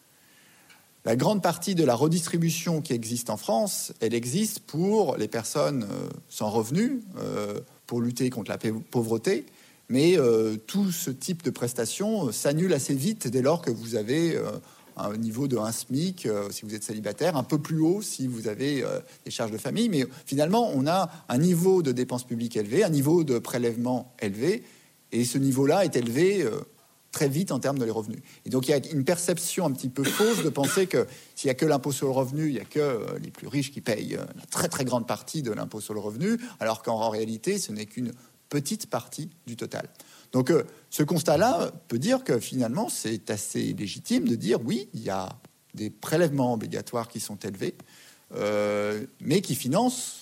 [SPEAKER 4] La grande partie de la redistribution qui existe en France, elle existe pour les personnes sans revenus, pour lutter contre la pauvreté, mais tout ce type de prestations s'annule assez vite dès lors que vous avez un niveau de 1 SMIC si vous êtes célibataire, un peu plus haut si vous avez des charges de famille, mais finalement on a un niveau de dépenses publiques élevé, un niveau de prélèvement élevé, et ce niveau-là est élevé très vite en termes de les revenus. Et donc il y a une perception un petit peu fausse de penser que s'il n'y a que l'impôt sur le revenu, il n'y a que les plus riches qui payent la très très grande partie de l'impôt sur le revenu, alors qu'en réalité ce n'est qu'une petite partie du total. Donc ce constat-là peut dire que finalement c'est assez légitime de dire oui, il y a des prélèvements obligatoires qui sont élevés, mais qui financent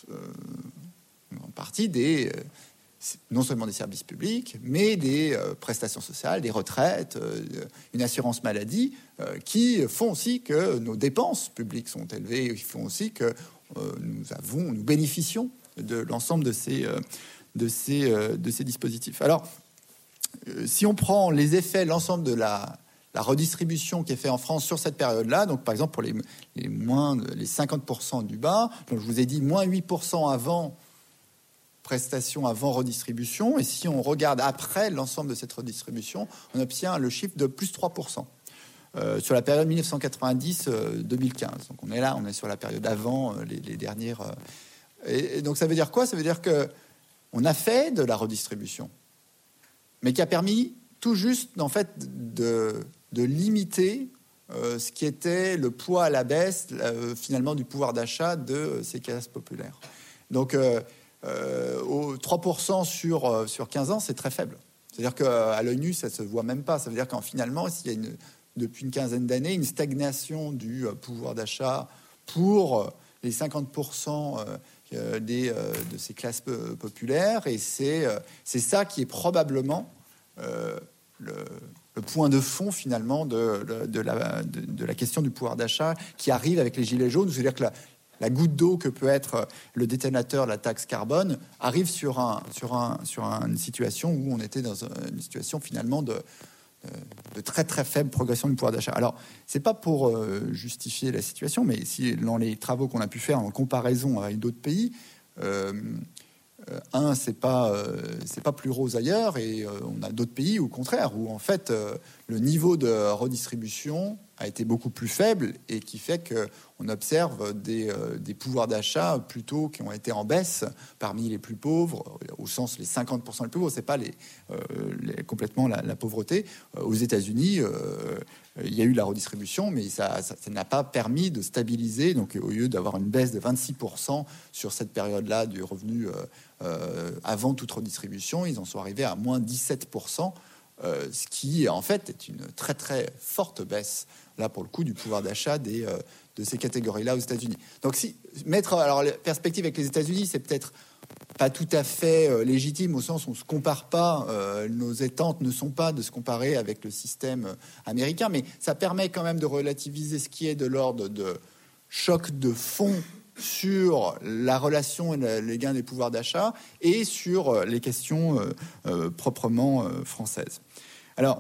[SPEAKER 4] en partie non seulement des services publics, mais des prestations sociales, des retraites, une assurance maladie, qui font aussi que nos dépenses publiques sont élevées, qui font aussi que nous bénéficions de l'ensemble de ces dispositifs. Alors, si on prend les effets, l'ensemble de la redistribution qui est faite en France sur cette période-là, donc par exemple pour les 50% du bas, donc je vous ai dit moins 8% avant prestation, avant redistribution, et si on regarde après l'ensemble de cette redistribution, on obtient le chiffre de plus 3%. Sur la période 1990-2015. Donc on est sur la période avant les dernières. Et donc ça veut dire quoi ? Ça veut dire que on a fait de la redistribution, mais qui a permis tout juste en fait de limiter ce qui était le poids à la baisse finalement du pouvoir d'achat de ces classes populaires. Donc 3% sur 15 ans, c'est très faible. C'est-à-dire qu'à l'œil nu, ça ne se voit même pas. Ça veut dire qu'en finalement, s'il y a depuis une quinzaine d'années, une stagnation du pouvoir d'achat pour les 50% de ces classes populaires, et c'est ça qui est probablement le point de fond finalement de la question du pouvoir d'achat qui arrive avec les gilets jaunes. C'est-à-dire que la goutte d'eau que peut être le détonateur de la taxe carbone arrive sur une situation où on était dans une situation finalement de très très faible progression du pouvoir d'achat. Alors, c'est pas pour justifier la situation, mais si dans les travaux qu'on a pu faire en comparaison avec d'autres pays, c'est pas plus rose ailleurs, et on a d'autres pays au contraire où en fait le niveau de redistribution a été beaucoup plus faible, et qui fait qu'on observe des pouvoirs d'achat plutôt qui ont été en baisse parmi les plus pauvres, au sens les 50% les plus pauvres, c'est pas complètement la pauvreté. Aux États-Unis, il y a eu la redistribution, mais ça n'a pas permis de stabiliser. Donc au lieu d'avoir une baisse de 26% sur cette période-là du revenu avant toute redistribution, ils en sont arrivés à moins 17%. Ce qui en fait est une très très forte baisse là pour le coup du pouvoir d'achat de ces catégories-là aux États-Unis. Donc si mettre alors la perspective avec les États-Unis, c'est peut-être pas tout à fait légitime au sens où on se compare pas, nos attentes ne sont pas de se comparer avec le système américain, mais ça permet quand même de relativiser ce qui est de l'ordre choc de fond sur la relation et les gains des pouvoirs d'achat et sur les questions proprement françaises. Alors,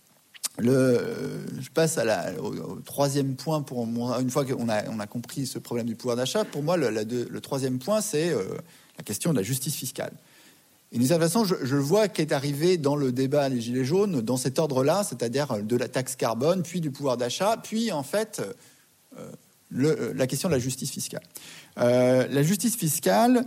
[SPEAKER 4] je passe au troisième point. Une fois qu'on a compris ce problème du pouvoir d'achat, pour moi, le troisième point, c'est la question de la justice fiscale. Et d'une certaine façon, je vois qui est arrivé dans le débat des Gilets jaunes, dans cet ordre-là, c'est-à-dire de la taxe carbone, puis du pouvoir d'achat, puis en fait la question de la justice fiscale. La justice fiscale,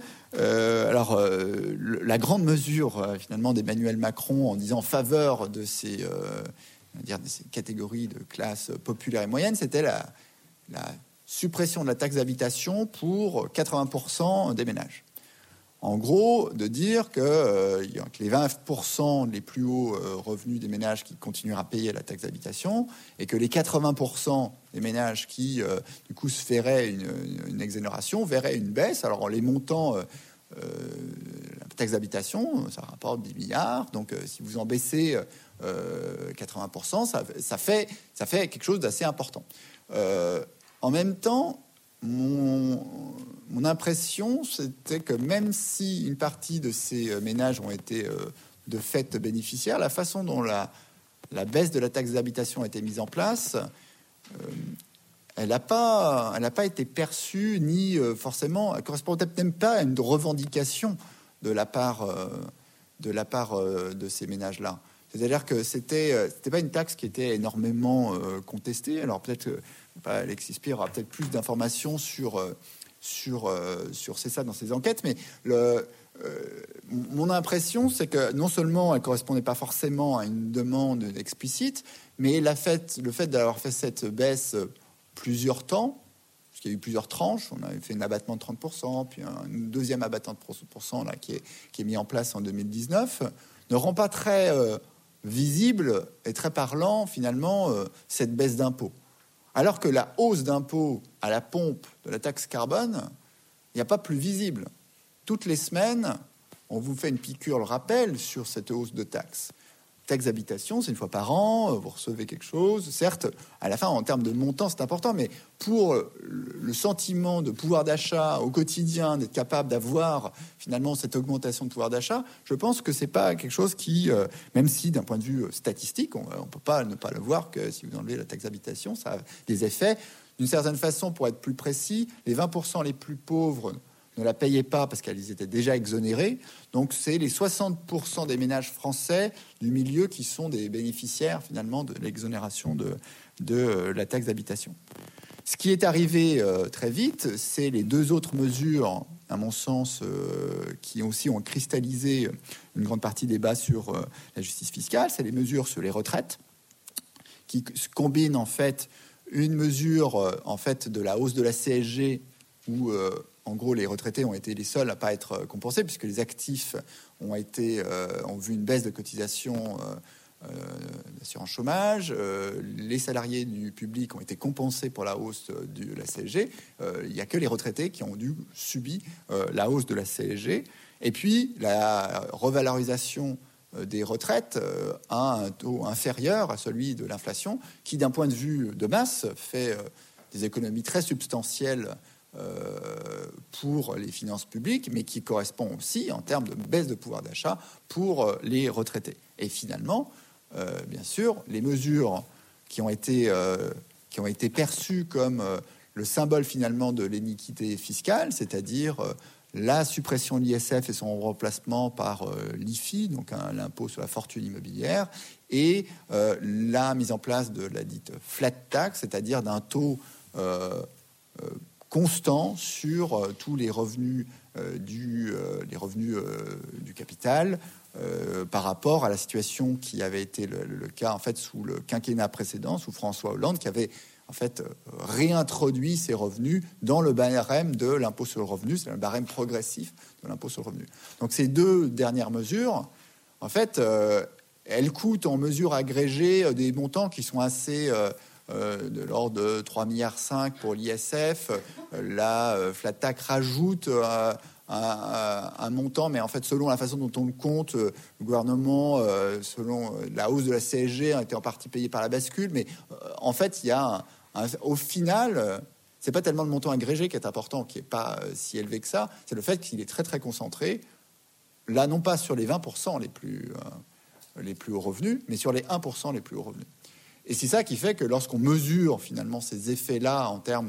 [SPEAKER 4] la grande mesure finalement d'Emmanuel Macron en disant en faveur de ces catégories de classes populaires et moyennes, c'était la suppression de la taxe d'habitation pour 80% des ménages. En gros, de dire que les 20% les plus hauts revenus des ménages qui continueraient à payer la taxe d'habitation et que les 80% des ménages qui, du coup, se feraient une exonération, verraient une baisse. Alors, en les montant, la taxe d'habitation, ça rapporte 10 milliards. Donc, si vous en baissez 80%, ça fait quelque chose d'assez important. En même temps, mon impression, c'était que même si une partie de ces ménages ont été de fait bénéficiaires, la façon dont la baisse de la taxe d'habitation a été mise en place, elle n'a pas été perçue ni forcément, elle correspond peut-être même pas à une revendication de la part de ces ménages-là. C'est-à-dire que c'était pas une taxe qui était énormément contestée. Alors peut-être Alexis Spire aura peut-être plus d'informations sur ça dans ses enquêtes, mais mon impression, c'est que non seulement elle correspondait pas forcément à une demande explicite, mais le fait d'avoir fait cette baisse plusieurs temps, parce qu'il y a eu plusieurs tranches, on avait fait un abattement de 30%, puis un deuxième abattement de 30% là, qui est mis en place en 2019, ne rend pas très visible et très parlant finalement cette baisse d'impôt. Alors que la hausse d'impôt à la pompe de la taxe carbone, il n'y a pas plus visible. Toutes les semaines, on vous fait une piqûre, le rappel, sur cette hausse de taxe. Taxe d'habitation, c'est une fois par an, vous recevez quelque chose. Certes, à la fin, en termes de montant, c'est important, mais pour le sentiment de pouvoir d'achat au quotidien, d'être capable d'avoir finalement cette augmentation de pouvoir d'achat, je pense que c'est pas quelque chose qui, même si d'un point de vue statistique, on peut pas ne pas le voir que si vous enlevez la taxe d'habitation, ça a des effets. D'une certaine façon, pour être plus précis, les 20% les plus pauvres ne la payaient pas parce qu'elles étaient déjà exonérées. Donc, c'est les 60% des ménages français du milieu qui sont des bénéficiaires, finalement, de l'exonération de la taxe d'habitation. Ce qui est arrivé très vite, c'est les deux autres mesures, à mon sens, qui aussi ont cristallisé une grande partie des débats sur la justice fiscale. C'est les mesures sur les retraites, qui combinent, en fait, une mesure, en fait, de la hausse de la CSG, où en gros, les retraités ont été les seuls à pas être compensés puisque les actifs ont vu une baisse de cotisation d'assurance chômage. Les salariés du public ont été compensés pour la hausse de la CSG. Il n'y a que les retraités qui ont dû subir la hausse de la CSG. Et puis, la revalorisation des retraites à un taux inférieur à celui de l'inflation, qui, d'un point de vue de masse, fait des économies très substantielles pour les finances publiques, mais qui correspond aussi en termes de baisse de pouvoir d'achat pour les retraités. Et finalement, bien sûr, les mesures qui ont été perçues comme le symbole finalement de l'iniquité fiscale, c'est-à-dire la suppression de l'ISF et son remplacement par l'IFI, donc l'impôt sur la fortune immobilière, et la mise en place de la dite flat tax, c'est-à-dire d'un taux constant sur tous les revenus du capital par rapport à la situation qui avait été le cas en fait sous le quinquennat précédent, sous François Hollande, qui avait en fait réintroduit ces revenus dans le barème de l'impôt sur le revenu, c'est le barème progressif de l'impôt sur le revenu. Donc ces deux dernières mesures, en fait, elles coûtent en mesure agrégée des montants qui sont assez de l'ordre de 3,5 milliards pour l'ISF. La flat tax rajoute un montant, mais en fait, selon la façon dont on le compte, le gouvernement, selon la hausse de la CSG, a été en partie payé par la bascule. Mais en fait, il y a au final, c'est pas tellement le montant agrégé qui est important, qui est pas si élevé que ça, c'est le fait qu'il est très très concentré, là non pas sur les 20% les plus hauts revenus, mais sur les 1% les plus hauts revenus. Et c'est ça qui fait que lorsqu'on mesure finalement ces effets-là en termes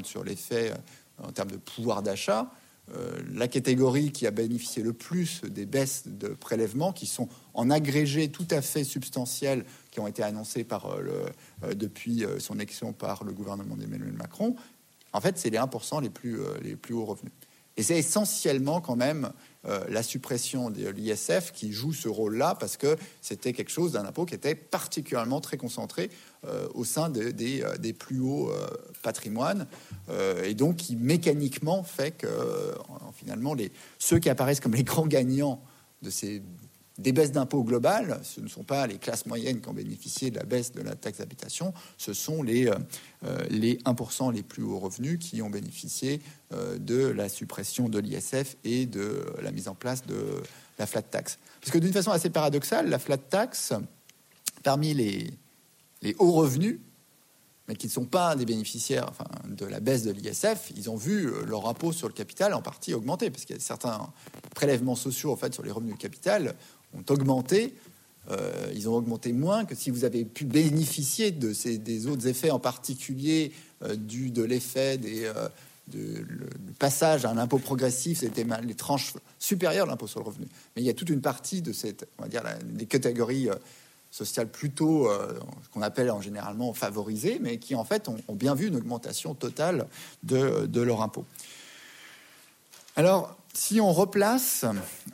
[SPEAKER 4] de pouvoir d'achat, la catégorie qui a bénéficié le plus des baisses de prélèvements, qui sont en agrégé tout à fait substantielles, qui ont été annoncées depuis son élection par le gouvernement d'Emmanuel Macron, en fait, c'est les 1% les plus hauts revenus. Et c'est essentiellement quand même la suppression de l'ISF qui joue ce rôle-là, parce que c'était quelque chose d'un impôt qui était particulièrement très concentré au sein des plus hauts patrimoines, et donc qui mécaniquement fait que finalement ceux qui apparaissent comme les grands gagnants des baisses d'impôts globales, ce ne sont pas les classes moyennes qui ont bénéficié de la baisse de la taxe d'habitation, ce sont les 1% les plus hauts revenus qui ont bénéficié de la suppression de l'ISF et de la mise en place de la flat tax. Parce que d'une façon assez paradoxale, la flat tax, parmi les hauts revenus, mais qui ne sont pas des bénéficiaires de la baisse de l'ISF, ils ont vu leur impôt sur le capital en partie augmenter, parce qu'il y a certains prélèvements sociaux en fait, sur les revenus du capital ont augmenté. Ils ont augmenté moins que si vous avez pu bénéficier des autres effets, en particulier de l'effet du passage à un impôt progressif, c'était les tranches supérieures de l'impôt sur le revenu. Mais il y a toute une partie de des catégories sociales plutôt, ce qu'on appelle en généralement favorisées, mais qui en fait ont bien vu une augmentation totale de leur impôt. Alors, si on replace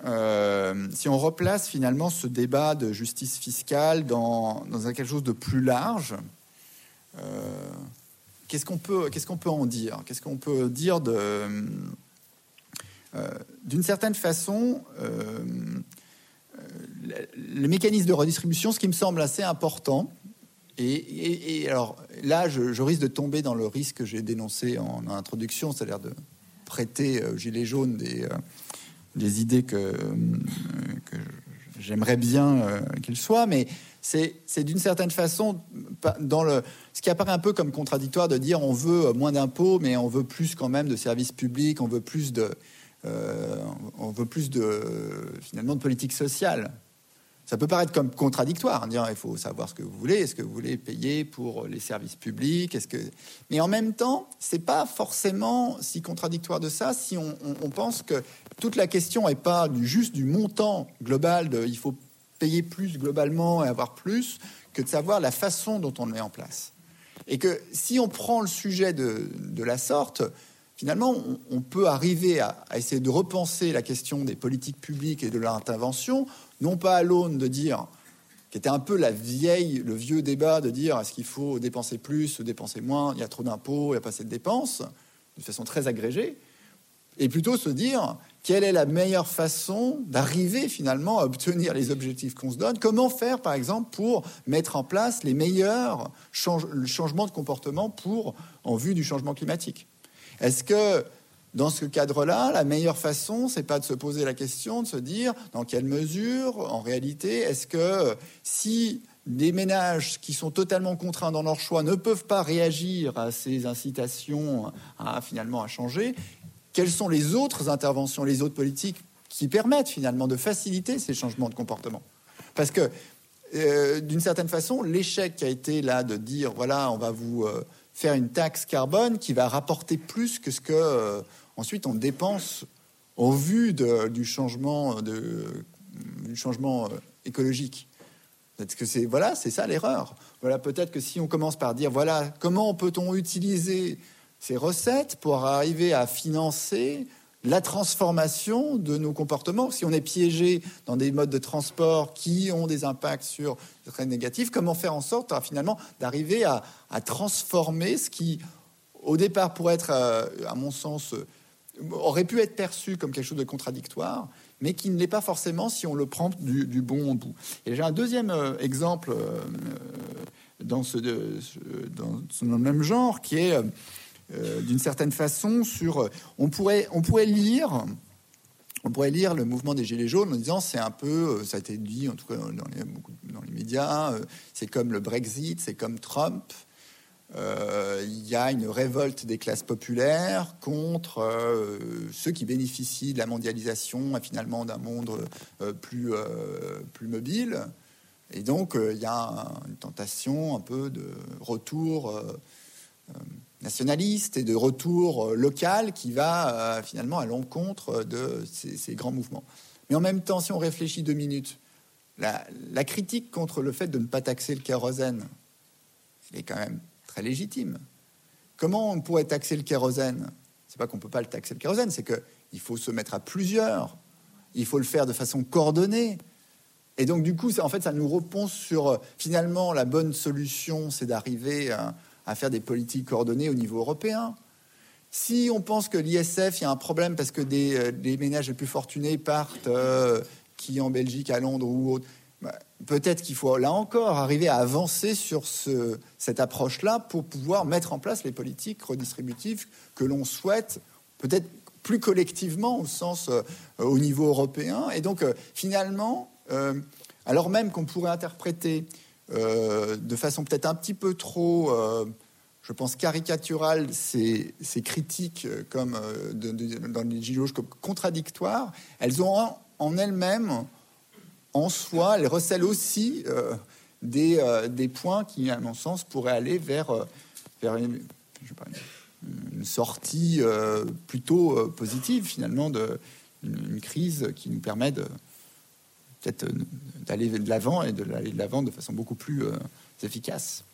[SPEAKER 4] finalement ce débat de justice fiscale dans quelque chose de plus large, qu'est-ce qu'on peut en dire ? Qu'est-ce qu'on peut dire d'une certaine façon, le mécanisme de redistribution, ce qui me semble assez important, et alors là, je risque de tomber dans le risque que j'ai dénoncé en introduction, c'est-à-dire de prêter aux Gilets jaunes des idées que j'aimerais bien qu'ils soient, mais c'est d'une certaine façon ce qui apparaît un peu comme contradictoire de dire on veut moins d'impôts, mais on veut plus quand même de services publics, on veut plus finalement de politique sociale. Ça peut paraître comme contradictoire, dire il faut savoir ce que vous voulez. Est-ce que vous voulez payer pour les services publics ? Mais en même temps, c'est pas forcément si contradictoire de ça si on pense que toute la question n'est pas juste du montant global il faut payer plus globalement et avoir plus, que de savoir la façon dont on le met en place. Et que si on prend le sujet de la sorte, finalement, on peut arriver à essayer de repenser la question des politiques publiques et de leur intervention, non pas à l'aune de dire, qui était un peu le vieux débat de dire est-ce qu'il faut dépenser plus ou dépenser moins, il y a trop d'impôts, il n'y a pas assez de dépenses, de façon très agrégée, et plutôt se dire quelle est la meilleure façon d'arriver finalement à obtenir les objectifs qu'on se donne, comment faire par exemple pour mettre en place les meilleurs changements de comportement en vue du changement climatique. Est-ce que, dans ce cadre-là, la meilleure façon, c'est pas de se poser la question, de se dire dans quelle mesure, en réalité, est-ce que si des ménages qui sont totalement contraints dans leur choix ne peuvent pas réagir à ces incitations à changer, quelles sont les autres interventions, les autres politiques qui permettent finalement de faciliter ces changements de comportement ? Parce que, d'une certaine façon, l'échec qui a été là de dire, voilà, on va vous faire une taxe carbone qui va rapporter plus que ce que ensuite on dépense au vu du changement écologique. Peut-être que c'est ça l'erreur. Voilà, peut-être que si on commence par dire voilà comment peut-on utiliser ces recettes pour arriver à financer la transformation de nos comportements. Si on est piégé dans des modes de transport qui ont des impacts très négatifs, comment faire en sorte finalement d'arriver à transformer ce qui, au départ, pourrait être, à mon sens, aurait pu être perçu comme quelque chose de contradictoire, mais qui ne l'est pas forcément si on le prend du bon bout. Et j'ai un deuxième exemple dans le même genre qui est d'une certaine façon on pourrait lire le mouvement des Gilets jaunes en disant c'est un peu, ça a été dit en tout cas dans les médias, c'est comme le Brexit, c'est comme Trump. il y a une révolte des classes populaires contre ceux qui bénéficient de la mondialisation et finalement d'un monde plus mobile. Et donc, il y a une tentation un peu de retour nationaliste et de retour local qui va finalement à l'encontre de ces grands mouvements. Mais en même temps, si on réfléchit 2 minutes, la critique contre le fait de ne pas taxer le kérosène, elle est quand même très légitime. Comment on pourrait taxer le kérosène ? C'est pas qu'on peut pas le taxer le kérosène, c'est qu'il faut se mettre à plusieurs, il faut le faire de façon coordonnée. Et donc du coup, ça nous repense sur finalement la bonne solution, c'est d'arriver à faire des politiques coordonnées au niveau européen. Si on pense que l'ISF, il y a un problème parce que des ménages les plus fortunés partent, qui en Belgique, à Londres ou autre, peut-être qu'il faut là encore arriver à avancer sur cette approche-là pour pouvoir mettre en place les politiques redistributives que l'on souhaite, peut-être plus collectivement au niveau européen. Et donc finalement, alors même qu'on pourrait interpréter de façon peut-être un petit peu trop, je pense, caricaturale ces critiques comme dans les Gilets jaunes comme contradictoires, elles ont en elles-mêmes, en soi, elles recèlent aussi des points qui, à mon sens, pourraient aller vers une sortie plutôt positive, finalement, d'une crise qui nous permet peut-être d'aller de l'avant et d'aller de l'avant de façon beaucoup plus efficace.